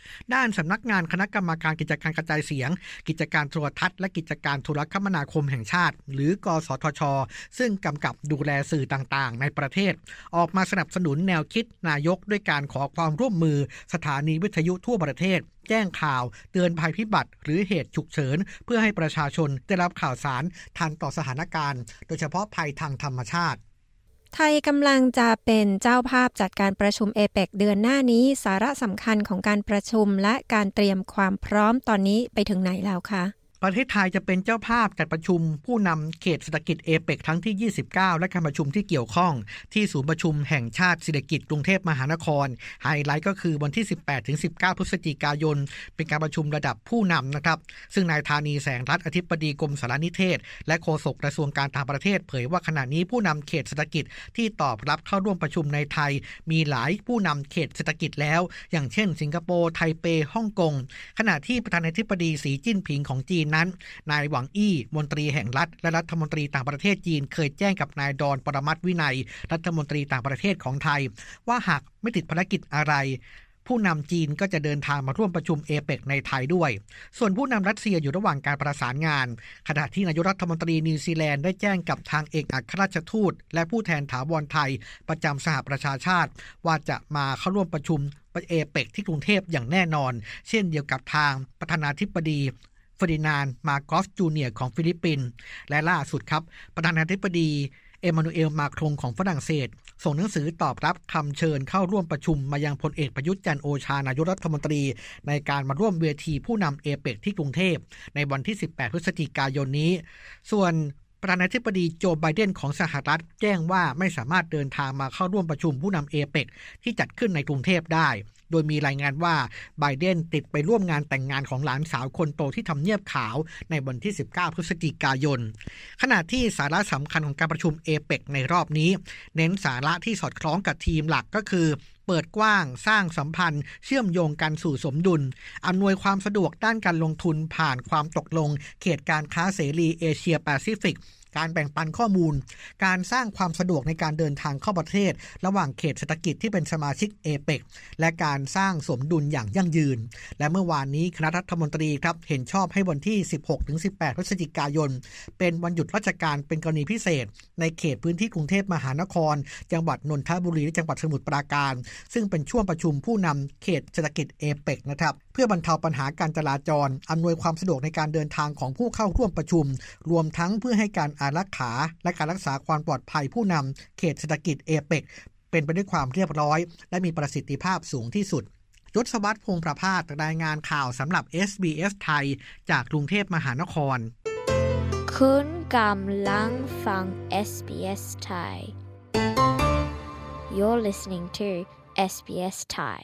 ด้านสำนักงานคณะกรรมการกิจการกระจายเสียงกิจการโทรทัศน์และกิจการโทรคมนาคมแห่งชาติหรือกสทช.ซึ่งกำกับดูแลสื่อต่างๆในประเทศออกมาสนับสนุนแนวคิดนายกด้วยการขอความร่วมมือสถานีวิทยุทั่วประเทศแจ้งข่าวเตือนภัยพิบัติหรือเหตุฉุกเฉินเพื่อให้ประชาชนได้รับข่าวสารทันต่อสถานการณ์โดยเฉพาะภัยทางธรรมชาติไทยกำลังจะเป็นเจ้าภาพจัดการประชุมเอเปกเดือนหน้านี้สาระสำคัญของการประชุมและการเตรียมความพร้อมตอนนี้ไปถึงไหนแล้วคะประเทศไทยจะเป็นเจ้าภาพจัดประชุมผู้นำเขตเศรษฐกิจเอเปกครั้งที่ยี่สิบเก้าและการประชุมที่เกี่ยวข้องที่ศูนย์ประชุมแห่งชาติเศรษฐกิจกรุงเทพมหานครไฮไลท์ก็คือวันที่ สิบแปดถึงสิบเก้า พฤศจิกายนเป็นการประชุมระดับผู้นำนะครับซึ่งนายธานีแสงรัตน์อธิบดีกรมสารนิเทศและโฆษกกระทรวงการต่างประเทศเผยว่าขณะนี้ผู้นำเขตเศรษฐกิจที่ตอบรับเข้าร่วมประชุมในไทยมีหลายผู้นำเขตเศรษฐกิจแล้วอย่างเช่นสิงคโปร์ไทเปฮ่องกงขณะที่ประธานาธิบดีสีจิ้นผิงของจีนนั้นนายหวังอี้มนตรีแห่งรัฐและรัฐมนตรีต่างประเทศจีนเคยแจ้งกับนายดอนปรมัตถ์วินัยรัฐมนตรีต่างประเทศของไทยว่าหากไม่ติดภารกิจอะไรผู้นำจีนก็จะเดินทางมาร่วมประชุมเอเปกในไทยด้วยส่วนผู้นำรัสเซียอยู่ระหว่างการประสานงานขณะที่นายกรัฐมนตรีนิวซีแลนด์ได้แจ้งกับทางเอกอัครราชทูตและผู้แทนถาวรไทยประจำสหประชาชาติว่าจะมาเข้าร่วมประชุมเอเปกที่กรุงเทพอย่างแน่นอนเช่นเดียวกับทางประธานาธิบดีเฟอร์ดินานด์มาโกสจูเนียร์ของฟิลิปปินส์และล่าสุดครับประธานาธิบดีเอมานูเอลมาครงของฝรั่งเศสส่งหนังสือตอบรับคำเชิญเข้าร่วมประชุมมายังพลเอกประยุทธ์จันทร์โอชานายกรัฐมนตรีในการมาร่วมเวทีผู้นำเอเปกที่กรุงเทพในวันที่สิบแปดพฤศจิกายนนี้ส่วนประธานาธิบดีโจไบเดนของสหรัฐแจ้งว่าไม่สามารถเดินทางมาเข้าร่วมประชุมผู้นำเอเปกที่จัดขึ้นในกรุงเทพได้โดยมีรายงานว่าไบเดนติดไปร่วมงานแต่งงานของหลานสาวคนโตที่ทำเนียบขาวในวันที่สิบเก้าพฤศจิกายนขณะที่สาระสำคัญของการประชุมเอเปกในรอบนี้เน้นสาระที่สอดคล้องกับทีมหลักก็คือเปิดกว้างสร้างสัมพันธ์เชื่อมโยงกันสู่สมดุลอำนวยความสะดวกด้านการลงทุนผ่านความตกลงเขตการค้าเสรีเอเชียแปซิฟิกการแบ่งปันข้อมูลการสร้างความสะดวกในการเดินทางเข้าประเทศระหว่างเขตเศรษฐกิจที่เป็นสมาชิกเอเปกและการสร้างสมดุลอย่างยั่งยืนและเมื่อวานนี้คณะรัฐมนตรีครับเห็นชอบให้วันที่ สิบหกถึงสิบแปด พฤศจิกายนเป็นวันหยุดราชการเป็นกรณีพิเศษในเขตพื้นที่กรุงเทพมหานครจังหวัดนนทบุรีและจังหวัดสมุทรปราการซึ่งเป็นช่วงประชุมผู้นำเขตเศรษฐกิจเอเปกนะครับเพื่อบรรเทาปัญหาการจราจรอำนวยความสะดวกในการเดินทางของผู้เข้าร่วมประชุมรวมทั้งเพื่อให้การอารักขาและการรักษาความปลอดภัยผู้นำเขตเศรษฐกิจเอเปกเป็นไปด้วยความเรียบร้อยและมีประสิทธิภาพสูงที่สุดยศวัฒน์พงษ์ประภาสรายงานข่าวสำหรับ เอส บี เอส ไทยจากกรุงเทพมหานครคุณกำลังฟัง เอส บี เอส ไทย You're listening to เอส บี เอส Thai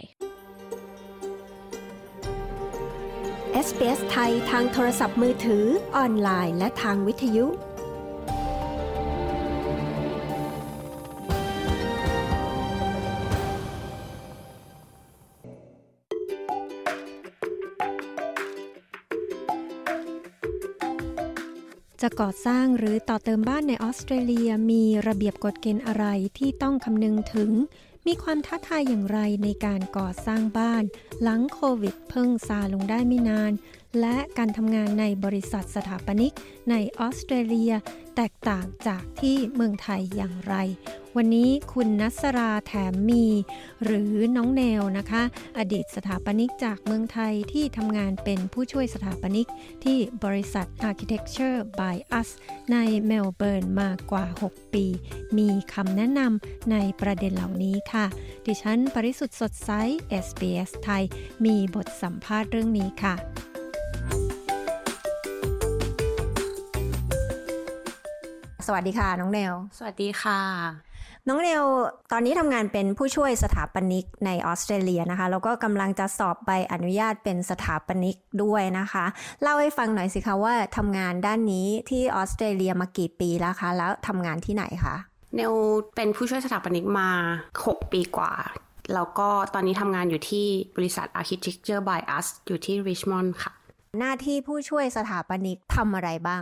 เอส บี เอส ไทยทางโทรศัพท์มือถือออนไลน์และทางวิทยุจะก่อสร้างหรือต่อเติมบ้านในออสเตรเลียมีระเบียบกฎเกณฑ์อะไรที่ต้องคำนึงถึงมีความท้าทายอย่างไรในการก่อสร้างบ้านหลังโควิดเพิ่งซาลงได้ไม่นานและการทำงานในบริษัทสถาปนิกในออสเตรเลียแตกต่างจากที่เมืองไทยอย่างไรวันนี้คุณนัสราแถมมีหรือน้องแนวนะคะอดีตสถาปนิกจากเมืองไทยที่ทำงานเป็นผู้ช่วยสถาปนิกที่บริษัท Architecture by Us ในเมลเบิร์นมากว่าหกปีมีคำแนะนำในประเด็นเหล่านี้ค่ะดิฉันปริสุทธิ์สดใส เอส บี เอส ไทยมีบทสัมภาษณ์เรื่องนี้ค่ะสวัสดีค่ะน้องเนวสวัสดีค่ะน้องเนวตอนนี้ทำงานเป็นผู้ช่วยสถาปนิกในออสเตรเลียนะคะแล้วก็กำลังจะสอบใบอนุญาตเป็นสถาปนิกด้วยนะคะเล่าให้ฟังหน่อยสิคะว่าทำงานด้านนี้ที่ออสเตรเลียมากี่ปีแล้วคะแล้วทำงานที่ไหนคะเนวเป็นผู้ช่วยสถาปนิกมาหกปีกว่าแล้วก็ตอนนี้ทำงานอยู่ที่บริษัท Architecture by Us อยู่ที่ Richmond ค่ะหน้าที่ผู้ช่วยสถาปนิกทำอะไรบ้างคะ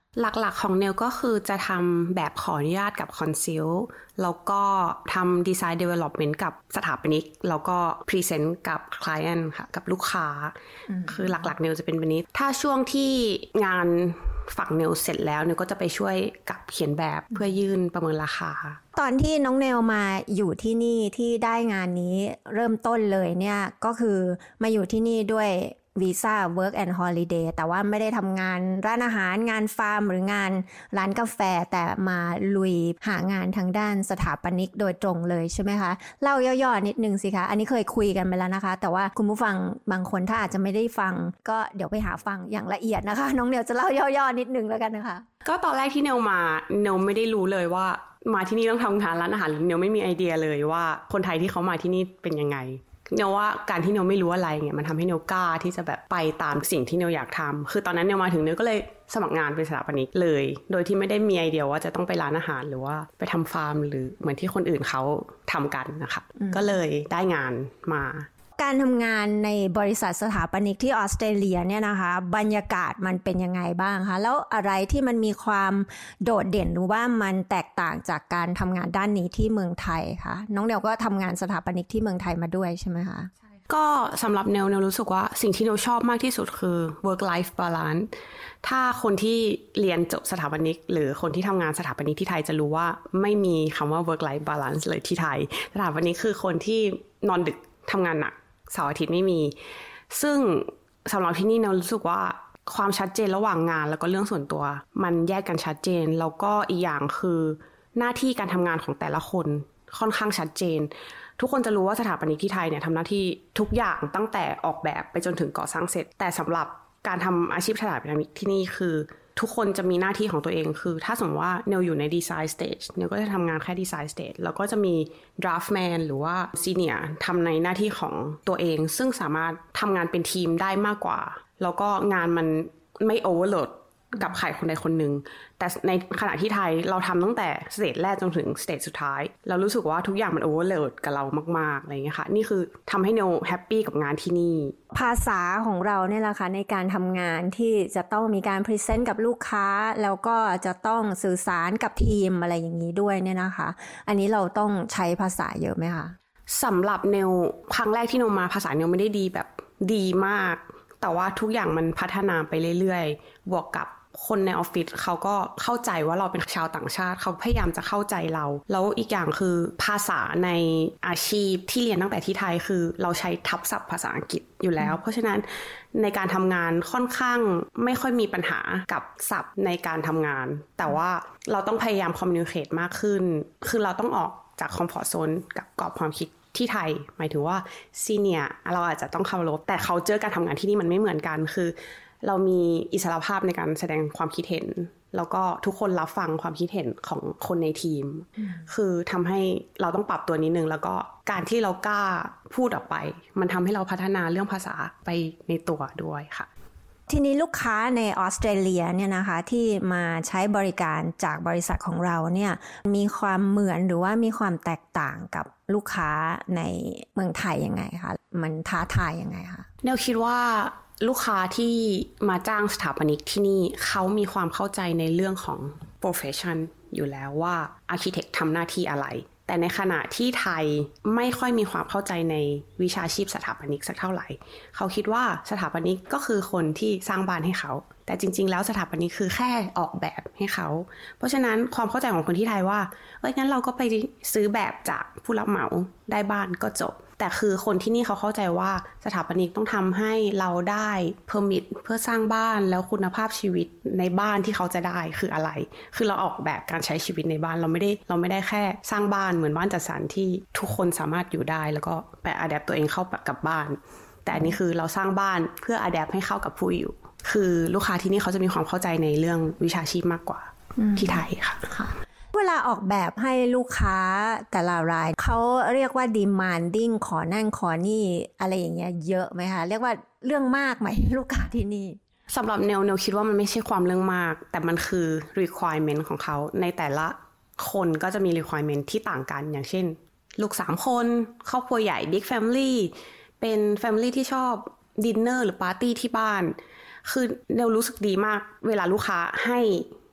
หลักๆของเนลก็คือจะทำแบบขออนุญาตกับคอนซิลแล้วก็ทำดีไซน์เดเวล็อปเมนต์กับสถาปนิกแล้วก็พรีเซนต์กับคลายเอนต์ค่ะกับลูกค้าคือหลักๆเนลจะเป็นแบบนี้ถ้าช่วงที่งานฝั่งเนลเสร็จแล้วเนลก็จะไปช่วยกับเขียนแบบเพื่อยื่นประเมินราคาตอนที่น้องเนลมาอยู่ที่นี่ที่ได้งานนี้เริ่มต้นเลยเนี่ยก็คือมาอยู่ที่นี่ด้วยวีซ่า Work and Holiday แต่ว่าไม่ได้ทำงานร้านอาหารงานฟาร์มหรืองานร้านกาแฟแต่มาลุยหางานทางด้านสถาปนิกโดยตรงเลยใช่ไหมคะเล่าย่อๆนิดนึงสิคะอันนี้เคยคุยกันไปแล้วนะคะแต่ว่าคุณผู้ฟังบางคนถ้าอาจจะไม่ได้ฟังก็เดี๋ยวไปหาฟังอย่างละเอียดนะคะน้องเนลจะเล่าย่อๆนิดนึงแล้วกันนะคะก็ตอนแรกที่เนลมาเนลไม่ได้รู้เลยว่ามาที่นี่ต้องทำงานร้านอาหารเนลไม่มีไอเดียเลยว่าคนไทยที่เขามาที่นี่เป็นยังไงเนลว่าการที่เนลไม่รู้อะไรเงี้ยมันทำให้เนลกล้าที่จะแบบไปตามสิ่งที่เนลอยากทำคือตอนนั้นเนลมาถึงเนลก็เลยสมัครงานเป็นสถาปนิกเลยโดยที่ไม่ได้มีไอเดียว่าจะต้องไปร้านอาหารหรือว่าไปทำฟาร์มหรือเหมือนที่คนอื่นเขาทำกันนะคะก็เลยได้งานมาการทำงานในบริษัทสถาปนิกที่ออสเตรเลียเนี่ยนะคะบรรยากาศมันเป็นยังไงบ้างคะแล้วอะไรที่มันมีความโดดเด่นหรือว่ามันแตกต่างจากการทำงานด้านนี้ที่เมืองไทยคะน้องเนลก็ทำงานสถาปนิกที่เมืองไทยมาด้วยใช่ไหมคะก็สำหรับเนลเนลรู้สึกว่าสิ่งที่เนลชอบมากที่สุดคือ work life balance ถ้าคนที่เรียนจบสถาปนิกหรือคนที่ทำงานสถาปนิกที่ไทยจะรู้ว่าไม่มีคำว่า work life balance เลยที่ไทยสถาปนิกคือคนที่นอนดึกทำงานหนักเสาร์อาทิตย์ไม่มีซึ่งสำหรับที่นี่เนลรู้สึกว่าความชัดเจนระหว่างงานแล้วก็เรื่องส่วนตัวมันแยกกันชัดเจนแล้วก็อีกอย่างคือหน้าที่การทำงานของแต่ละคนค่อนข้างชัดเจนทุกคนจะรู้ว่าสถาปนิกที่ไทยเนี่ยทำหน้าที่ทุกอย่างตั้งแต่ออกแบบไปจนถึงก่อสร้างเสร็จแต่สำหรับการทำอาชีพสถาปนิกที่นี่คือทุกคนจะมีหน้าที่ของตัวเองคือถ้าสมมติว่าเนลอยู่ในดีไซน์สเตจเนลก็จะทำงานแค่ดีไซน์สเตจแล้วก็จะมีดราฟต์แมนหรือว่าซีเนียร์ทำในหน้าที่ของตัวเองซึ่งสามารถทำงานเป็นทีมได้มากกว่าแล้วก็งานมันไม่โอเวอร์โหลดกับใครคนใดคนหนึ่งแต่ในขณะที่ไทยเราทำตั้งแต่สเตจแรกจนถึงสเตจสุดท้ายเรารู้สึกว่าทุกอย่างมันโอเวอร์โหลดกับเรามากๆอะไรอย่างเงี้ยค่ะนี่คือทำให้เนลแฮปปี้กับงานที่นี่ภาษาของเราเนี่ยแหละค่ะในการทำงานที่จะต้องมีการพรีเซนต์กับลูกค้าแล้วก็จะต้องสื่อสารกับทีมอะไรอย่างนี้ด้วยเนี่ยนะคะอันนี้เราต้องใช้ภาษาเยอะไหมคะสำหรับเนลครั้งแรกที่เนลมาภาษาเนลไม่ได้ดีแบบดีมากแต่ว่าทุกอย่างมันพัฒนาไปเรื่อยๆบวกกับคนในออฟฟิศเขาก็เข้าใจว่าเราเป็นชาวต่างชาติเขาพยายามจะเข้าใจเราแล้วอีกอย่างคือภาษาในอาชีพที่เรียนตั้งแต่ที่ไทยคือเราใช้ทับศัพท์ภาษาอังกฤษอยู่แล้วเพราะฉะนั้นในการทำงานค่อนข้างไม่ค่อยมีปัญหากับศัพท์ในการทำงานแต่ว่าเราต้องพยายามคอมมิวนิเคตมากขึ้นคือเราต้องออกจากคอมฟอร์ตโซนกับกรอบความคิดที่ไทยหมายถึงว่าซีเนียร์เราอาจจะต้องเคารพแต่เขาเจอการทำงานที่นี่มันไม่เหมือนกันคือเรามีอิสรภาพในการแสดงความคิดเห็นแล้วก็ทุกคนรับฟังความคิดเห็นของคนในทีมคือทำให้เราต้องปรับตัวนิดนึงแล้วก็การที่เรากล้าพูดออกไปมันทำให้เราพัฒนาเรื่องภาษาไปในตัวด้วยค่ะทีนี้ลูกค้าในออสเตรเลียเนี่ยนะคะที่มาใช้บริการจากบริษัทของเราเนี่ยมีความเหมือนหรือว่ามีความแตกต่างกับลูกค้าในเมืองไทยยังไงคะมันท้าทายยังไงคะเนลคิดว่าลูกค้าที่มาจ้างสถาปนิกที่นี่เขามีความเข้าใจในเรื่องของ profession อยู่แล้วว่า architect ทำหน้าที่อะไรแต่ในขณะที่ไทยไม่ค่อยมีความเข้าใจในวิชาชีพสถาปนิกสักเท่าไหร่เขาคิดว่าสถาปนิกก็คือคนที่สร้างบ้านให้เขาแต่จริงๆแล้วสถาปนิกคือแค่ออกแบบให้เขาเพราะฉะนั้นความเข้าใจของคนที่ไทยว่าเอ้ยงั้นเราก็ไปซื้อแบบจากผู้รับเหมาได้บ้านก็จบแต่คือคนที่นี่เขาเข้าใจว่าสถาปนิกต้องทำให้เราได้เพอร์มิทเพื่อสร้างบ้านแล้วคุณภาพชีวิตในบ้านที่เขาจะได้คืออะไรคือเราออกแบบการใช้ชีวิตในบ้านเราไม่ได้เราไม่ได้แค่สร้างบ้านเหมือนบ้านจัดสรรที่ทุกคนสามารถอยู่ได้แล้วก็ไปอะแดปตัวเองเข้ากับบ้านแต่อันนี้คือเราสร้างบ้านเพื่ออะแดปให้เข้ากับผู้อยู่คือลูกค้าที่นี่เขาจะมีความเข้าใจในเรื่องวิชาชีพมากกว่าที่ไทยค่ะเวลาออกแบบให้ลูกค้าแต่ละรายเขาเรียกว่า demanding ขอนั่นขอนี่อะไรอย่างเงี้ยเยอะไหมคะเรียกว่าเรื่องมากไหมลูกค้าที่นี่สำหรับเนลเนลคิดว่ามันไม่ใช่ความเรื่องมากแต่มันคือ requirement ของเขาในแต่ละคนก็จะมี requirement ที่ต่างกันอย่างเช่นลูกสามคนครอบครัวใหญ่ big family เป็น family ที่ชอบ dinner หรือ party ที่บ้านคือเนลรู้สึกดีมากเวลาลูกค้าให้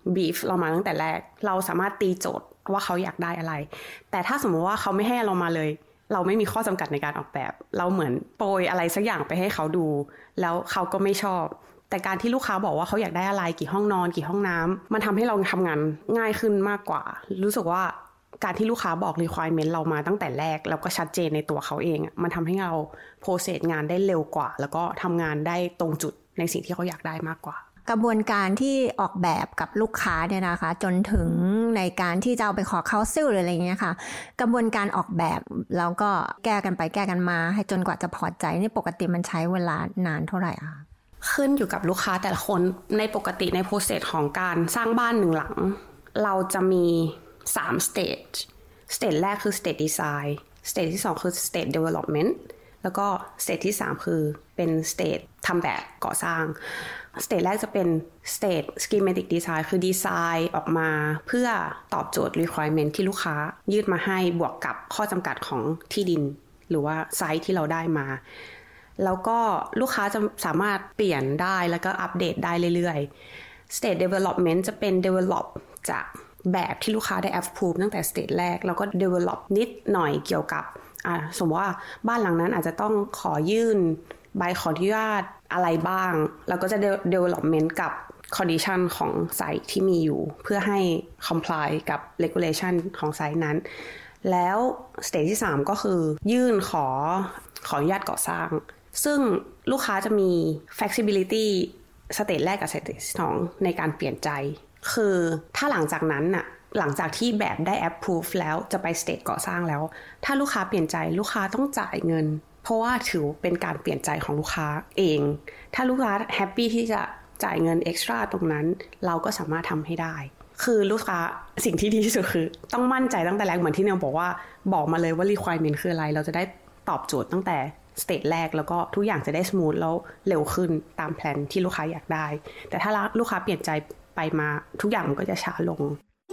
บีฟเรามาตั้งแต่แรกเราสามารถตีโจทย์ว่าเขาอยากได้อะไรแต่ถ้าสมมติว่าเขาไม่ให้เรามาเลยเราไม่มีข้อจำกัดในการออกแบบเราเหมือนโปรยอะไรสักอย่างไปให้เขาดูแล้วเขาก็ไม่ชอบแต่การที่ลูกค้าบอกว่าเขาอยากได้อะไรกี่ห้องนอนกี่ห้องน้ำมันทำให้เราทำงานง่ายขึ้นมากกว่ารู้สึกว่าการที่ลูกค้าบอก requirement เรามาตั้งแต่แรกแล้วก็ชัดเจนในตัวเขาเองมันทำให้เรา process งานได้เร็วกว่าแล้วก็ทำงานได้ตรงจุดในสิ่งที่เขาอยากได้มากกว่ากระบวนการที่ออกแบบกับลูกค้าเนี่ยนะคะจนถึงในการที่จะเอาไปขอ counsel หรืออะไรเงี้ยค่ะกระบวนการออกแบบแล้วก็แก้กันไปแก้กันมาให้จนกว่าจะพอใจนี่ปกติมันใช้เวลานานเท่าไหร่อะขึ้นอยู่กับลูกค้าแต่ละคนในปกติใน process ของการสร้างบ้านหนึ่งหลังเราจะมีสาม stage stage แรกคือ stage design stage ที่สองคือ stage development แล้วก็ stage ที่สามคือเป็น stage ทำแบบก่อสร้าง stage แรกจะเป็น stage schematic design คือดีไซน์ออกมาเพื่อตอบโจทย์ requirement ที่ลูกค้ายื่นมาให้บวกกับข้อจำกัดของที่ดินหรือว่าไซต์ที่เราได้มาแล้วก็ลูกค้าจะสามารถเปลี่ยนได้แล้วก็อัปเดตได้เรื่อยๆ stage development จะเป็น develop จากแบบที่ลูกค้าได้ approve ตั้งแต่ stage แรกแล้วก็ develop นิดหน่อยเกี่ยวกับอ่าสมมติว่าบ้านหลังนั้นอาจจะต้องขอยื่นใบขออนุญาตอะไรบ้างแล้วก็จะ development กับ condition ของไซต์ที่มีอยู่เพื่อให้ comply กับ regulation ของไซต์นั้นแล้ว stage ที่สามก็คือยื่นขอขออนุญาตก่อสร้างซึ่งลูกค้าจะมี flexibility สเตจแรกกับสเตจสองในการเปลี่ยนใจคือถ้าหลังจากนั้นน่ะหลังจากที่แบบได้ approve แล้วจะไปสเตจก่อสร้างแล้วถ้าลูกค้าเปลี่ยนใจลูกค้าต้องจ่ายเงินเพราะว่าถือเป็นการเปลี่ยนใจของลูกค้าเองถ้าลูกค้าแฮปปี้ที่จะจ่ายเงิน extra ตรงนั้นเราก็สามารถทำให้ได้คือลูกค้าสิ่งที่ดีที่สุดคือต้องมั่นใจตั้งแต่แรกเหมือนที่เนลบอกว่าบอกมาเลยว่า requirement คืออะไรเราจะได้ตอบโจทย์ตั้งแต่สเตจแรกแล้วก็ทุกอย่างจะได้สมูทแล้วเร็วขึ้นตามแพลนที่ลูกค้าอยากได้แต่ถ้าลูกค้าเปลี่ยนใจไปมาทุกอย่างมันก็จะช้าลง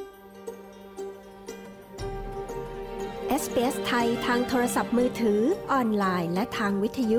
เอส บี เอส ไทยทางโทรศัพท์มือถือออนไลน์และทางวิทยุ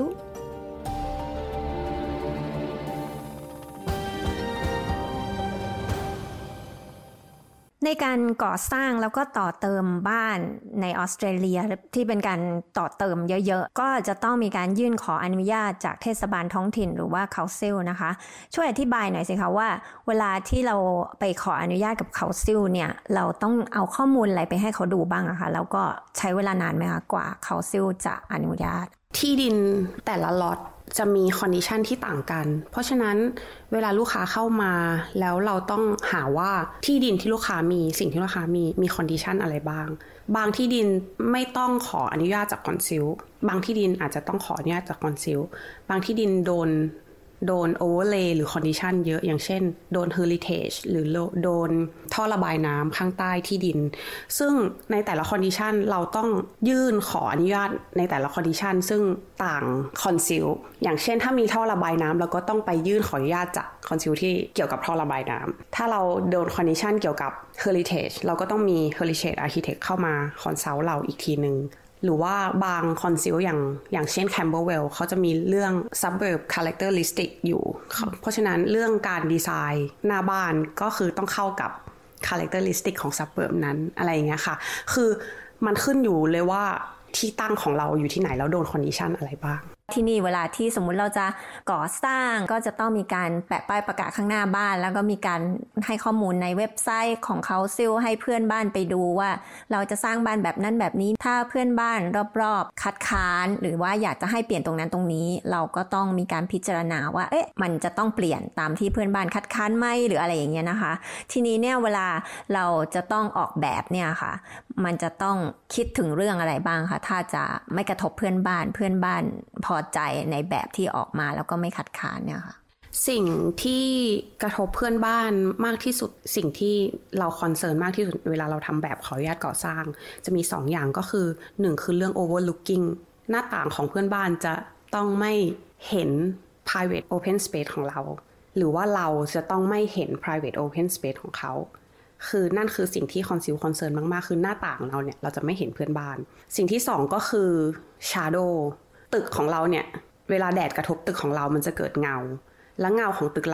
ในการก่อสร้างแล้วก็ต่อเติมบ้านในออสเตรเลียที่เป็นการต่อเติมเยอะๆก็จะต้องมีการยื่นขออนุญาตจากเทศบาลท้องถิ่นหรือว่า Council นะคะช่วยอธิบายหน่อยสิคะว่าเวลาที่เราไปขออนุญาตกับ Council เนี่ยเราต้องเอาข้อมูลอะไรไปให้เขาดูบ้างอะคะแล้วก็ใช้เวลานานไหมคะกว่า Council จะอนุญาตที่ดินแต่ละล็อตจะมีคอนดิชันที่ต่างกันเพราะฉะนั้นเวลาลูกค้าเข้ามาแล้วเราต้องหาว่าที่ดินที่ลูกค้ามีสิ่งที่ลูกค้ามีมีคอนดิชันอะไรบ้างบางที่ดินไม่ต้องขออนุญาตจากคอนซิลบางที่ดินอาจจะต้องขออนุญาตจากคอนซิลบางที่ดินโดนโดนโอเวอร์เลย์หรือคอนดิชันเยอะอย่างเช่นโดนเฮอริเทจหรือโดนท่อระบายน้ำข้างใต้ที่ดินซึ่งในแต่ละคอนดิชันเราต้องยื่นขออนุญาตในแต่ละคอนดิชันซึ่งต่างคอนซิลอย่างเช่นถ้ามีท่อระบายน้ำเราก็ต้องไปยื่นขออนุญาตจากคอนซิลที่เกี่ยวกับท่อระบายน้ำถ้าเราโดนคอนดิชันเกี่ยวกับเฮอริเทจเราก็ต้องมีเฮอริเทจอาร์คิเทคเข้ามาคอนซัลท์เราอีกทีนึงหรือว่าบางคอนซิลอย่างอย่างเช่น Camberwell เขาจะมีเรื่อง Suburb Characteristic อยู่เพราะฉะนั้นเรื่องการดีไซน์หน้าบ้านก็คือต้องเข้ากับ Characteristic ของ Suburb นั้นอะไรอย่างเงี้ยค่ะคือมันขึ้นอยู่เลยว่าที่ตั้งของเราอยู่ที่ไหนแล้วโดนคอนดิชันอะไรบ้างที่นี่เวลาที่สมมุติเราจะก่อสร้างก็จะต้องมีการแปะป้ายประกาศข้างหน้าบ้านแล้วก็มีการให้ข้อมูลในเว็บไซต์ของเขาซิลให้เพื่อนบ้านไปดูว่าเราจะสร้างบ้านแบบนั้นแบบนี้ถ้าเพื่อนบ้านรอบๆคัดค้านหรือว่าอยากจะให้เปลี่ยนตรงนั้นตรงนี้เราก็ต้องมีการพิจารณาว่าเอ๊ะมันจะต้องเปลี่ยนตามที่เพื่อนบ้านคัดค้านไหมหรืออะไรอย่างเงี้ยนะคะทีนี้เนี่ยเวลาเราจะต้องออกแบบเนี่ยค่ะมันจะต้องคิดถึงเรื่องอะไรบ้างคะถ้าจะไม่กระทบเพื่อนบ้านเพื่อนบ้านพอใจในแบบที่ออกมาแล้วก็ไม่ขัดขานเนี่ยค่ะสิ่งที่กระทบเพื่อนบ้านมากที่สุดสิ่งที่เราคอนเซิร์นมากที่สุดเวลาเราทำแบบขออนุญาตก่อสร้างจะมีสองอย่างก็คือหนึ่งคือเรื่อง overlooking หน้าต่างของเพื่อนบ้านจะต้องไม่เห็น private open space ของเราหรือว่าเราจะต้องไม่เห็น private open space ของเขาคือนั่นคือสิ่งที่คอนซิลคอนเซิร์นมากๆคือหน้าต่างเราเนี่ยเราจะไม่เห็นเพื่อนบ้านสิ่งที่สองก็คือ shadow ตึกของเราเนี่ยเวลาแดดกระทบตึกของเรามันจะเกิดเงาและเงาของตึกเราเนี่ย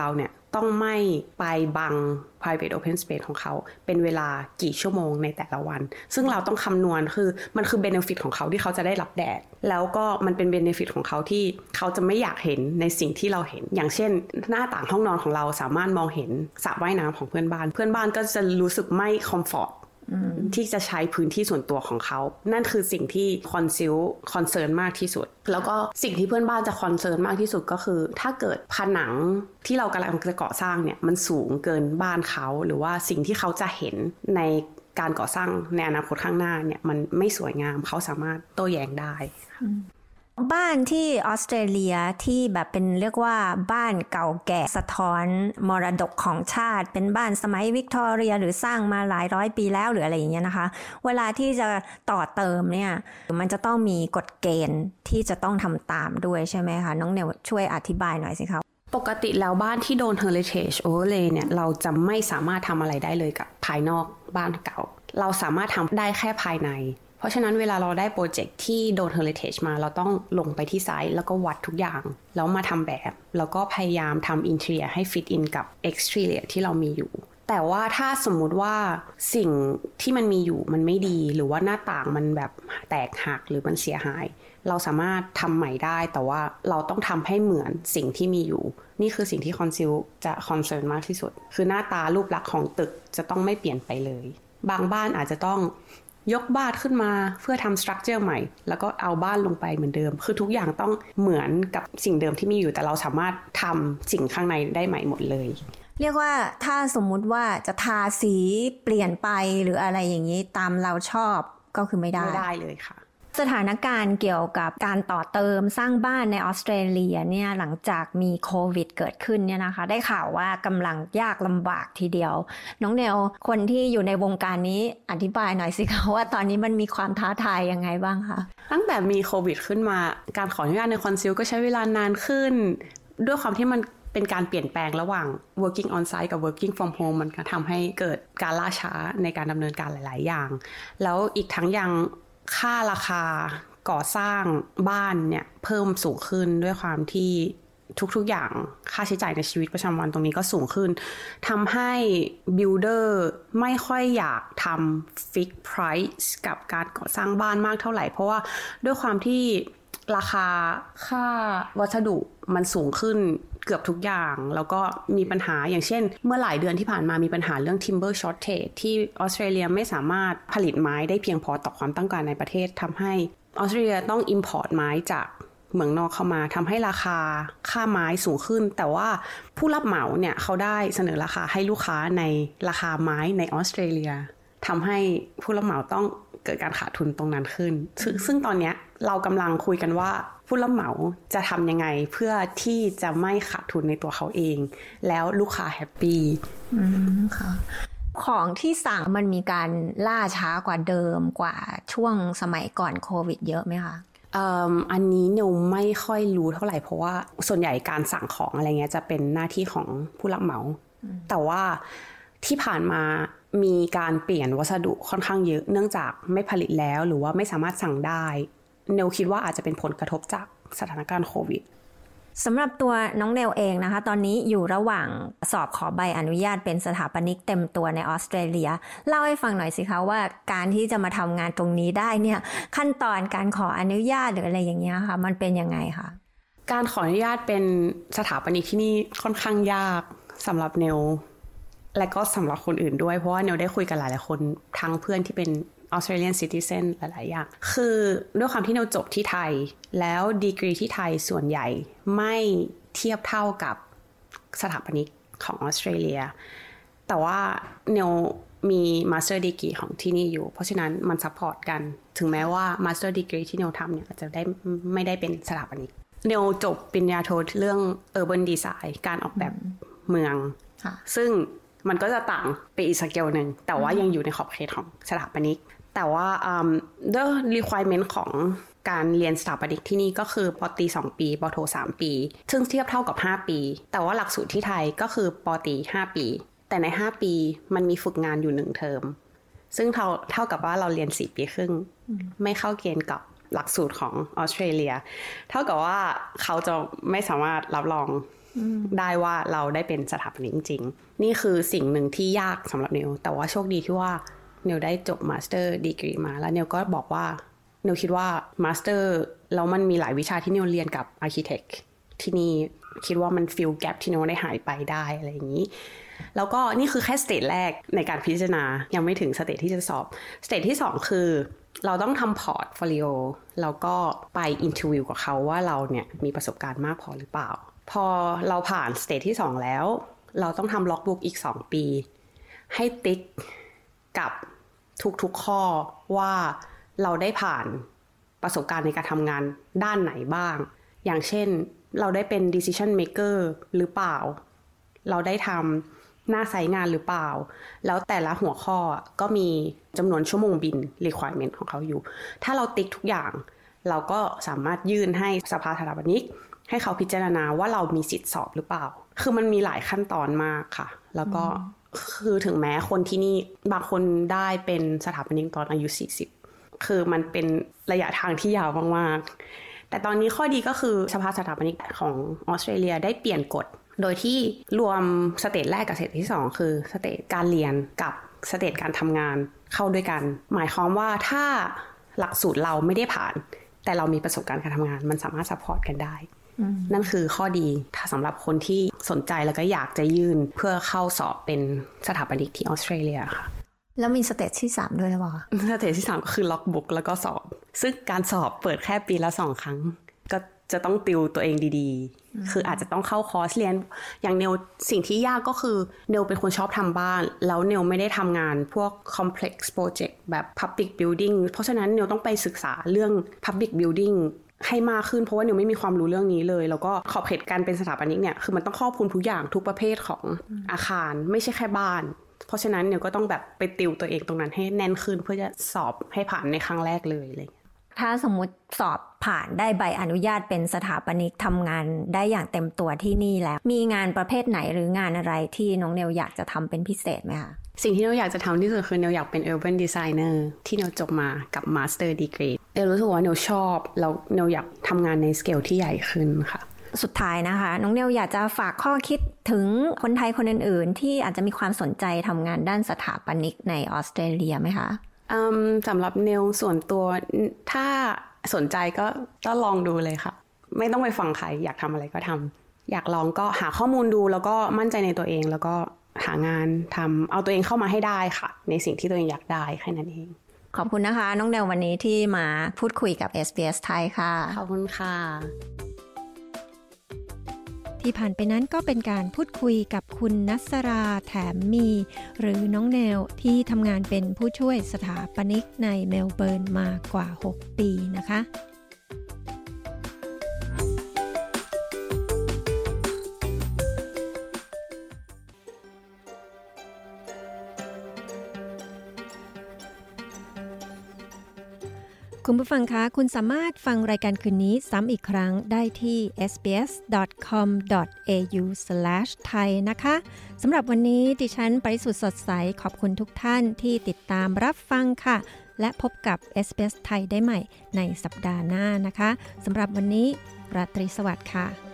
ต้องไม่ไปบัง private open space ของเขาเป็นเวลากี่ชั่วโมงในแต่ละวันซึ่งเราต้องคำนวณคือมันคือ benefit ของเขาที่เขาจะได้รับแดดแล้วก็มันเป็น benefit ของเขาที่เขาจะไม่อยากเห็นในสิ่งที่เราเห็นอย่างเช่นหน้าต่างห้องนอนของเราสามารถมองเห็นสระว่ายน้ำของเพื่อนบ้านเพื่อนบ้านก็จะรู้สึกไม่ comfortที่จะใช้พื้นที่ส่วนตัวของเขานั่นคือสิ่งที่คอนซิลคอนเซิร์นมากที่สุดแล้วก็สิ่งที่เพื่อนบ้านจะคอนเซิร์นมากที่สุดก็คือถ้าเกิดผนังที่เรากำลังจะก่อสร้างเนี่ยมันสูงเกินบ้านเขาหรือว่าสิ่งที่เขาจะเห็นในการก่อสร้างในอนาคตข้างหน้าเนี่ยมันไม่สวยงามเขาสามารถโต้แย้งได้บ้านที่ออสเตรเลียที่แบบเป็นเรียกว่าบ้านเก่าแก่สะท้อนมรดกของชาติเป็นบ้านสมัยวิกตอเรียหรือสร้างมาหลายร้อยปีแล้วหรืออะไรอย่างเงี้ยนะคะเวลาที่จะต่อเติมเนี่ยมันจะต้องมีกฎเกณฑ์ที่จะต้องทำตามด้วยใช่ไหมคะน้องเนวช่วยอธิบายหน่อยสิคะปกติแล้วบ้านที่โดน Heritage Overlay เนี่ยเราจะไม่สามารถทำอะไรได้เลยกับภายนอกบ้านเก่าเราสามารถทำได้แค่ภายในเพราะฉะนั้นเวลาเราได้โปรเจกต์ที่โดน Heritage มาเราต้องลงไปที่ไซต์แล้วก็วัดทุกอย่างแล้วมาทำแบบแล้วก็พยายามทำ Interior ให้ fit in กับ Exterior ที่เรามีอยู่แต่ว่าถ้าสมมุติว่าสิ่งที่มันมีอยู่มันไม่ดีหรือว่าหน้าต่างมันแบบแตกหักหรือมันเสียหายเราสามารถทำใหม่ได้แต่ว่าเราต้องทำให้เหมือนสิ่งที่มีอยู่นี่คือสิ่งที่คอนซิลจะคอนเซิร์นมากที่สุดคือหน้าตารูปลักษณ์ของตึกจะต้องไม่เปลี่ยนไปเลยบางบ้านอาจจะต้องยกบ้านขึ้นมาเพื่อทำสตรัคเจอร์ใหม่แล้วก็เอาบ้านลงไปเหมือนเดิมคือทุกอย่างต้องเหมือนกับสิ่งเดิมที่มีอยู่แต่เราสามารถทำสิ่งข้างในได้ใหม่หมดเลยเรียกว่าถ้าสมมุติว่าจะทาสีเปลี่ยนไปหรืออะไรอย่างนี้ตามเราชอบก็คือไม่ได้ไม่ได้เลยค่ะสถานการณ์เกี่ยวกับการต่อเติมสร้างบ้านในออสเตรเลียเนี่ยหลังจากมีโควิดเกิดขึ้นเนี่ยนะคะได้ข่าวว่ากำลังยากลำบากทีเดียวน้องเนวคนที่อยู่ในวงการนี้อธิบายหน่อยสิคะว่าตอนนี้มันมีความท้าทายยังไงบ้างคะตั้งแต่มีโควิดขึ้นมาการขออนุญาตในคอนซิลก็ใช้เวลานานขึ้นด้วยความที่มันเป็นการเปลี่ยนแปลงระหว่าง working on site กับ working from home มันก็ทำให้เกิดการล่าช้าในการดำเนินการหลายๆอย่างแล้วอีกทั้งยังค่าราคาก่อสร้างบ้านเนี่ยเพิ่มสูงขึ้นด้วยความที่ทุกๆอย่างค่าใช้จ่ายในชีวิตประจำวันตรงนี้ก็สูงขึ้นทำให้ builder ไม่ค่อยอยากทำ fix price กับการก่อสร้างบ้านมากเท่าไหร่เพราะว่าด้วยความที่ราคาค่าวัสดุมันสูงขึ้นเกือบทุกอย่างแล้วก็มีปัญหาอย่างเช่นเมื่อหลายเดือนที่ผ่านมามีปัญหาเรื่อง timber shortage ที่ออสเตรเลียไม่สามารถผลิตไม้ได้เพียงพอต่อความต้องการในประเทศทำให้ออสเตรเลียต้อง import ไม้จากเมืองนอกเข้ามาทำให้ราคาค่าไม้สูงขึ้นแต่ว่าผู้รับเหมาเนี่ยเขาได้เสนอราคาให้ลูกค้าในราคาไม้ในออสเตรเลียทำให้ผู้รับเหมาต้องเกิดการขาดทุนตรงนั้นขึ้นซึ่งซึ่งตอนนี้เรากำลังคุยกันว่าผู้รับเหมาจะทำยังไงเพื่อที่จะไม่ขาดทุนในตัวเขาเองแล้วลูกค้าแฮปปี้อืมค่ะของที่สั่งมันมีการล่าช้ากว่าเดิมกว่าช่วงสมัยก่อนโควิดเยอะไหมคะอืมอันนี้เนี่ยไม่ค่อยรู้เท่าไหร่เพราะว่าส่วนใหญ่การสั่งของอะไรเงี้ยจะเป็นหน้าที่ของผู้รับเหมาแต่ว่าที่ผ่านมามีการเปลี่ยนวัสดุค่อนข้างเยอะเนื่องจากไม่ผลิตแล้วหรือว่าไม่สามารถสั่งได้เนวคิดว่าอาจจะเป็นผลกระทบจากสถานการณ์โควิดสำหรับตัวน้องเนวเองนะคะตอนนี้อยู่ระหว่างสอบขอใบอนุญาตเป็นสถาปนิกเต็มตัวในออสเตรเลียเล่าให้ฟังหน่อยสิคะว่าการที่จะมาทำงานตรงนี้ได้เนี่ยขั้นตอนการขออนุญาตหรืออะไรอย่างเงี้ยค่ะมันเป็นยังไงคะการขออนุญาตเป็นสถาปนิกที่นี่ค่อนข้างยากสำหรับเนวและก็สำหรับคนอื่นด้วยเพราะว่าเนวได้คุยกันหลายๆคนทั้งเพื่อนที่เป็นAustralian citizen หลายๆอย่างคือด้วยความที่เนวจบที่ไทยแล้วดีกรีที่ไทยส่วนใหญ่ไม่เทียบเท่ากับสถาปนิกของออสเตรเลียแต่ว่าเนวมี master degree ของที่นี่อยู่เพราะฉะนั้นมันซัพพอร์ตกันถึงแม้ว่า master degree ที่เนวทำเนี่ยจะได้ไม่ได้เป็นสถาปนิกเนวจบปริญญาโทเรื่อง urban design การออกแบบเมืองซึ่งมันก็จะต่างไปอีกสเกลหนึ่งแต่ว่ายังอยู่ในขอบเขตของสถาปนิกแต่ว่าด้วย requirement ของการเรียนสถาปนิกที่นี่ก็คือป.ตรีสองปีป.โทสามปีซึ่งเทียบเท่ากับห้าปีแต่ว่าหลักสูตรที่ไทยก็คือป.ตรีห้าปีแต่ในห้าปีมันมีฝึกงานอยู่หนึ่งเทอมซึ่งเท่าเท่ากับว่าเราเรียนสี่ปีครึ่งไม่เข้าเกณฑ์กับหลักสูตรของออสเตรเลียเท่ากับว่าเขาจะไม่สามารถรับรองได้ว่าเราได้เป็นสถาปนิกจริงๆนี่คือสิ่งหนึ่งที่ยากสำหรับนิวแต่ว่าโชคดีที่ว่านิวได้จบมาสเตอร์ดีกรีมาแล้วนิวก็บอกว่านิวคิดว่ามาสเตอร์แล้วมันมีหลายวิชาที่นิวเรียนกับอาร์คิเทคที่นี่คิดว่ามันฟิลแกปที่นิวได้หายไปได้อะไรอย่างนี้แล้วก็นี่คือแค่สเตจแรกในการพิจารณายังไม่ถึงสเตจที่จะสอบสเตจที่สองคือเราต้องทำพอร์ตโฟลิโอแล้วก็ไปอินเทอร์วิวกับเขาว่าเราเนี่ยมีประสบการณ์มากพอหรือเปล่าพอเราผ่านสเตจที่สองแล้วเราต้องทำล็อกบุ๊กอีกสองปีให้ติ๊กกับทุกๆข้อว่าเราได้ผ่านประสบการณ์ในการทำงานด้านไหนบ้างอย่างเช่นเราได้เป็น decision maker หรือเปล่าเราได้ทำหน้าไซต์งานหรือเปล่าแล้วแต่ละหัวข้อก็มีจำนวนชั่วโมงบิน requirement ของเขาอยู่ถ้าเราติ๊กทุกอย่างเราก็สามารถยื่นให้สภาสถาปนิกให้เขาพิจารณาว่าเรามีสิทธิสอบหรือเปล่าคือมันมีหลายขั้นตอนมากค่ะแล้วก็คือถึงแม้คนที่นี่บางคนได้เป็นสถาปนิกตอนอายุสี่สิบคือมันเป็นระยะทางที่ยาวมากๆแต่ตอนนี้ข้อดีก็คือสภาสถาปนิกของออสเตรเลียได้เปลี่ยนกฎโดยที่รวมสเตจแรกกับสเตจที่สองคือสเตจการเรียนกับสเตจการทำงานเข้าด้วยกันหมายความว่าถ้าหลักสูตรเราไม่ได้ผ่านแต่เรามีประสบการณ์การทำงานมันสามารถซัพพอร์ตกันได้นั่นคือข้อดีถ้าสำหรับคนที่สนใจแล้วก็อยากจะยื่นเพื่อเข้าสอบเป็นสถาปนิกที่ออสเตรเลียค่ะแล้วมีสเตจที่สามด้วยหรือเปล่าสเตจที่สามก็คือล็อกบุ๊กแล้วก็สอบซึ่งการสอบเปิดแค่ปีละสองครั้งก็จะต้องติวตัวเองดีๆคืออาจจะต้องเข้าคอร์สเรียนอย่างเนวสิ่งที่ยากก็คือเนวเป็นคนชอบทำบ้านแล้วเนวไม่ได้ทำงานพวก complex project แบบ public building เพราะฉะนั้นเนวต้องไปศึกษาเรื่อง public buildingให้มากขึ้นเพราะว่าเนวไม่มีความรู้เรื่องนี้เลยแล้วก็ขอบเขตการเป็นสถาปนิกเนี่ยคือมันต้องครอบคลุมทุกอย่างทุกประเภทของอาคารไม่ใช่แค่บ้านเพราะฉะนั้นเนวก็ต้องแบบไปติวตัวเองตรงนั้นให้แน่นขึ้นเพื่อจะสอบให้ผ่านในครั้งแรกเลยอะไรอย่างเงี้ยถ้าสมมุติสอบผ่านได้ใบอนุญาตเป็นสถาปนิกทำงานได้อย่างเต็มตัวที่นี่แล้วมีงานประเภทไหนหรืองานอะไรที่น้องเนวอยากจะทำเป็นพิเศษไหมคะสิ่งที่เนวอยากจะทำที่สุดคือเนวอยากเป็น urban designer ที่เนวจบมากับ master degree เนวรู้สึกว่าเนวชอบแล้วเนวอยากทำงานในสเกลที่ใหญ่ขึ้นค่ะสุดท้ายนะคะน้องเนวอยากจะฝากข้อคิดถึงคนไทยคนอื่นๆที่อาจจะมีความสนใจทำงานด้านสถาปนิกในออสเตรเลียไหมคะสำหรับเนวส่วนตัวถ้าสนใจก็ก็ลองดูเลยค่ะไม่ต้องไปฟังใครอยากทำอะไรก็ทำอยากลองก็หาข้อมูลดูแล้วก็มั่นใจในตัวเองแล้วก็หางานทำเอาตัวเองเข้ามาให้ได้ค่ะในสิ่งที่ตัวเองอยากได้แค่นั้นเองขอบคุณนะคะน้องเนววันนี้ที่มาพูดคุยกับ เอส บี เอส ไทยค่ะขอบคุณค่ะที่ผ่านไปนั้นก็เป็นการพูดคุยกับคุณนัสราแถมมีหรือน้องแนวที่ทำงานเป็นผู้ช่วยสถาปนิกในเมลเบิร์นมากว่าหกปีนะคะคุณผู้ฟังคะคุณสามารถฟังรายการคืนนี้ซ้ำอีกครั้งได้ที่ เอส บี เอส ดอท คอม ดอท เอ ยู สแลช ไทย นะคะสำหรับวันนี้ดิฉันปริสุทธิ์สดใสขอบคุณทุกท่านที่ติดตามรับฟังค่ะและพบกับ เอส บี เอส ไทยได้ใหม่ในสัปดาห์หน้านะคะสำหรับวันนี้ราตรีสวัสดิ์ค่ะ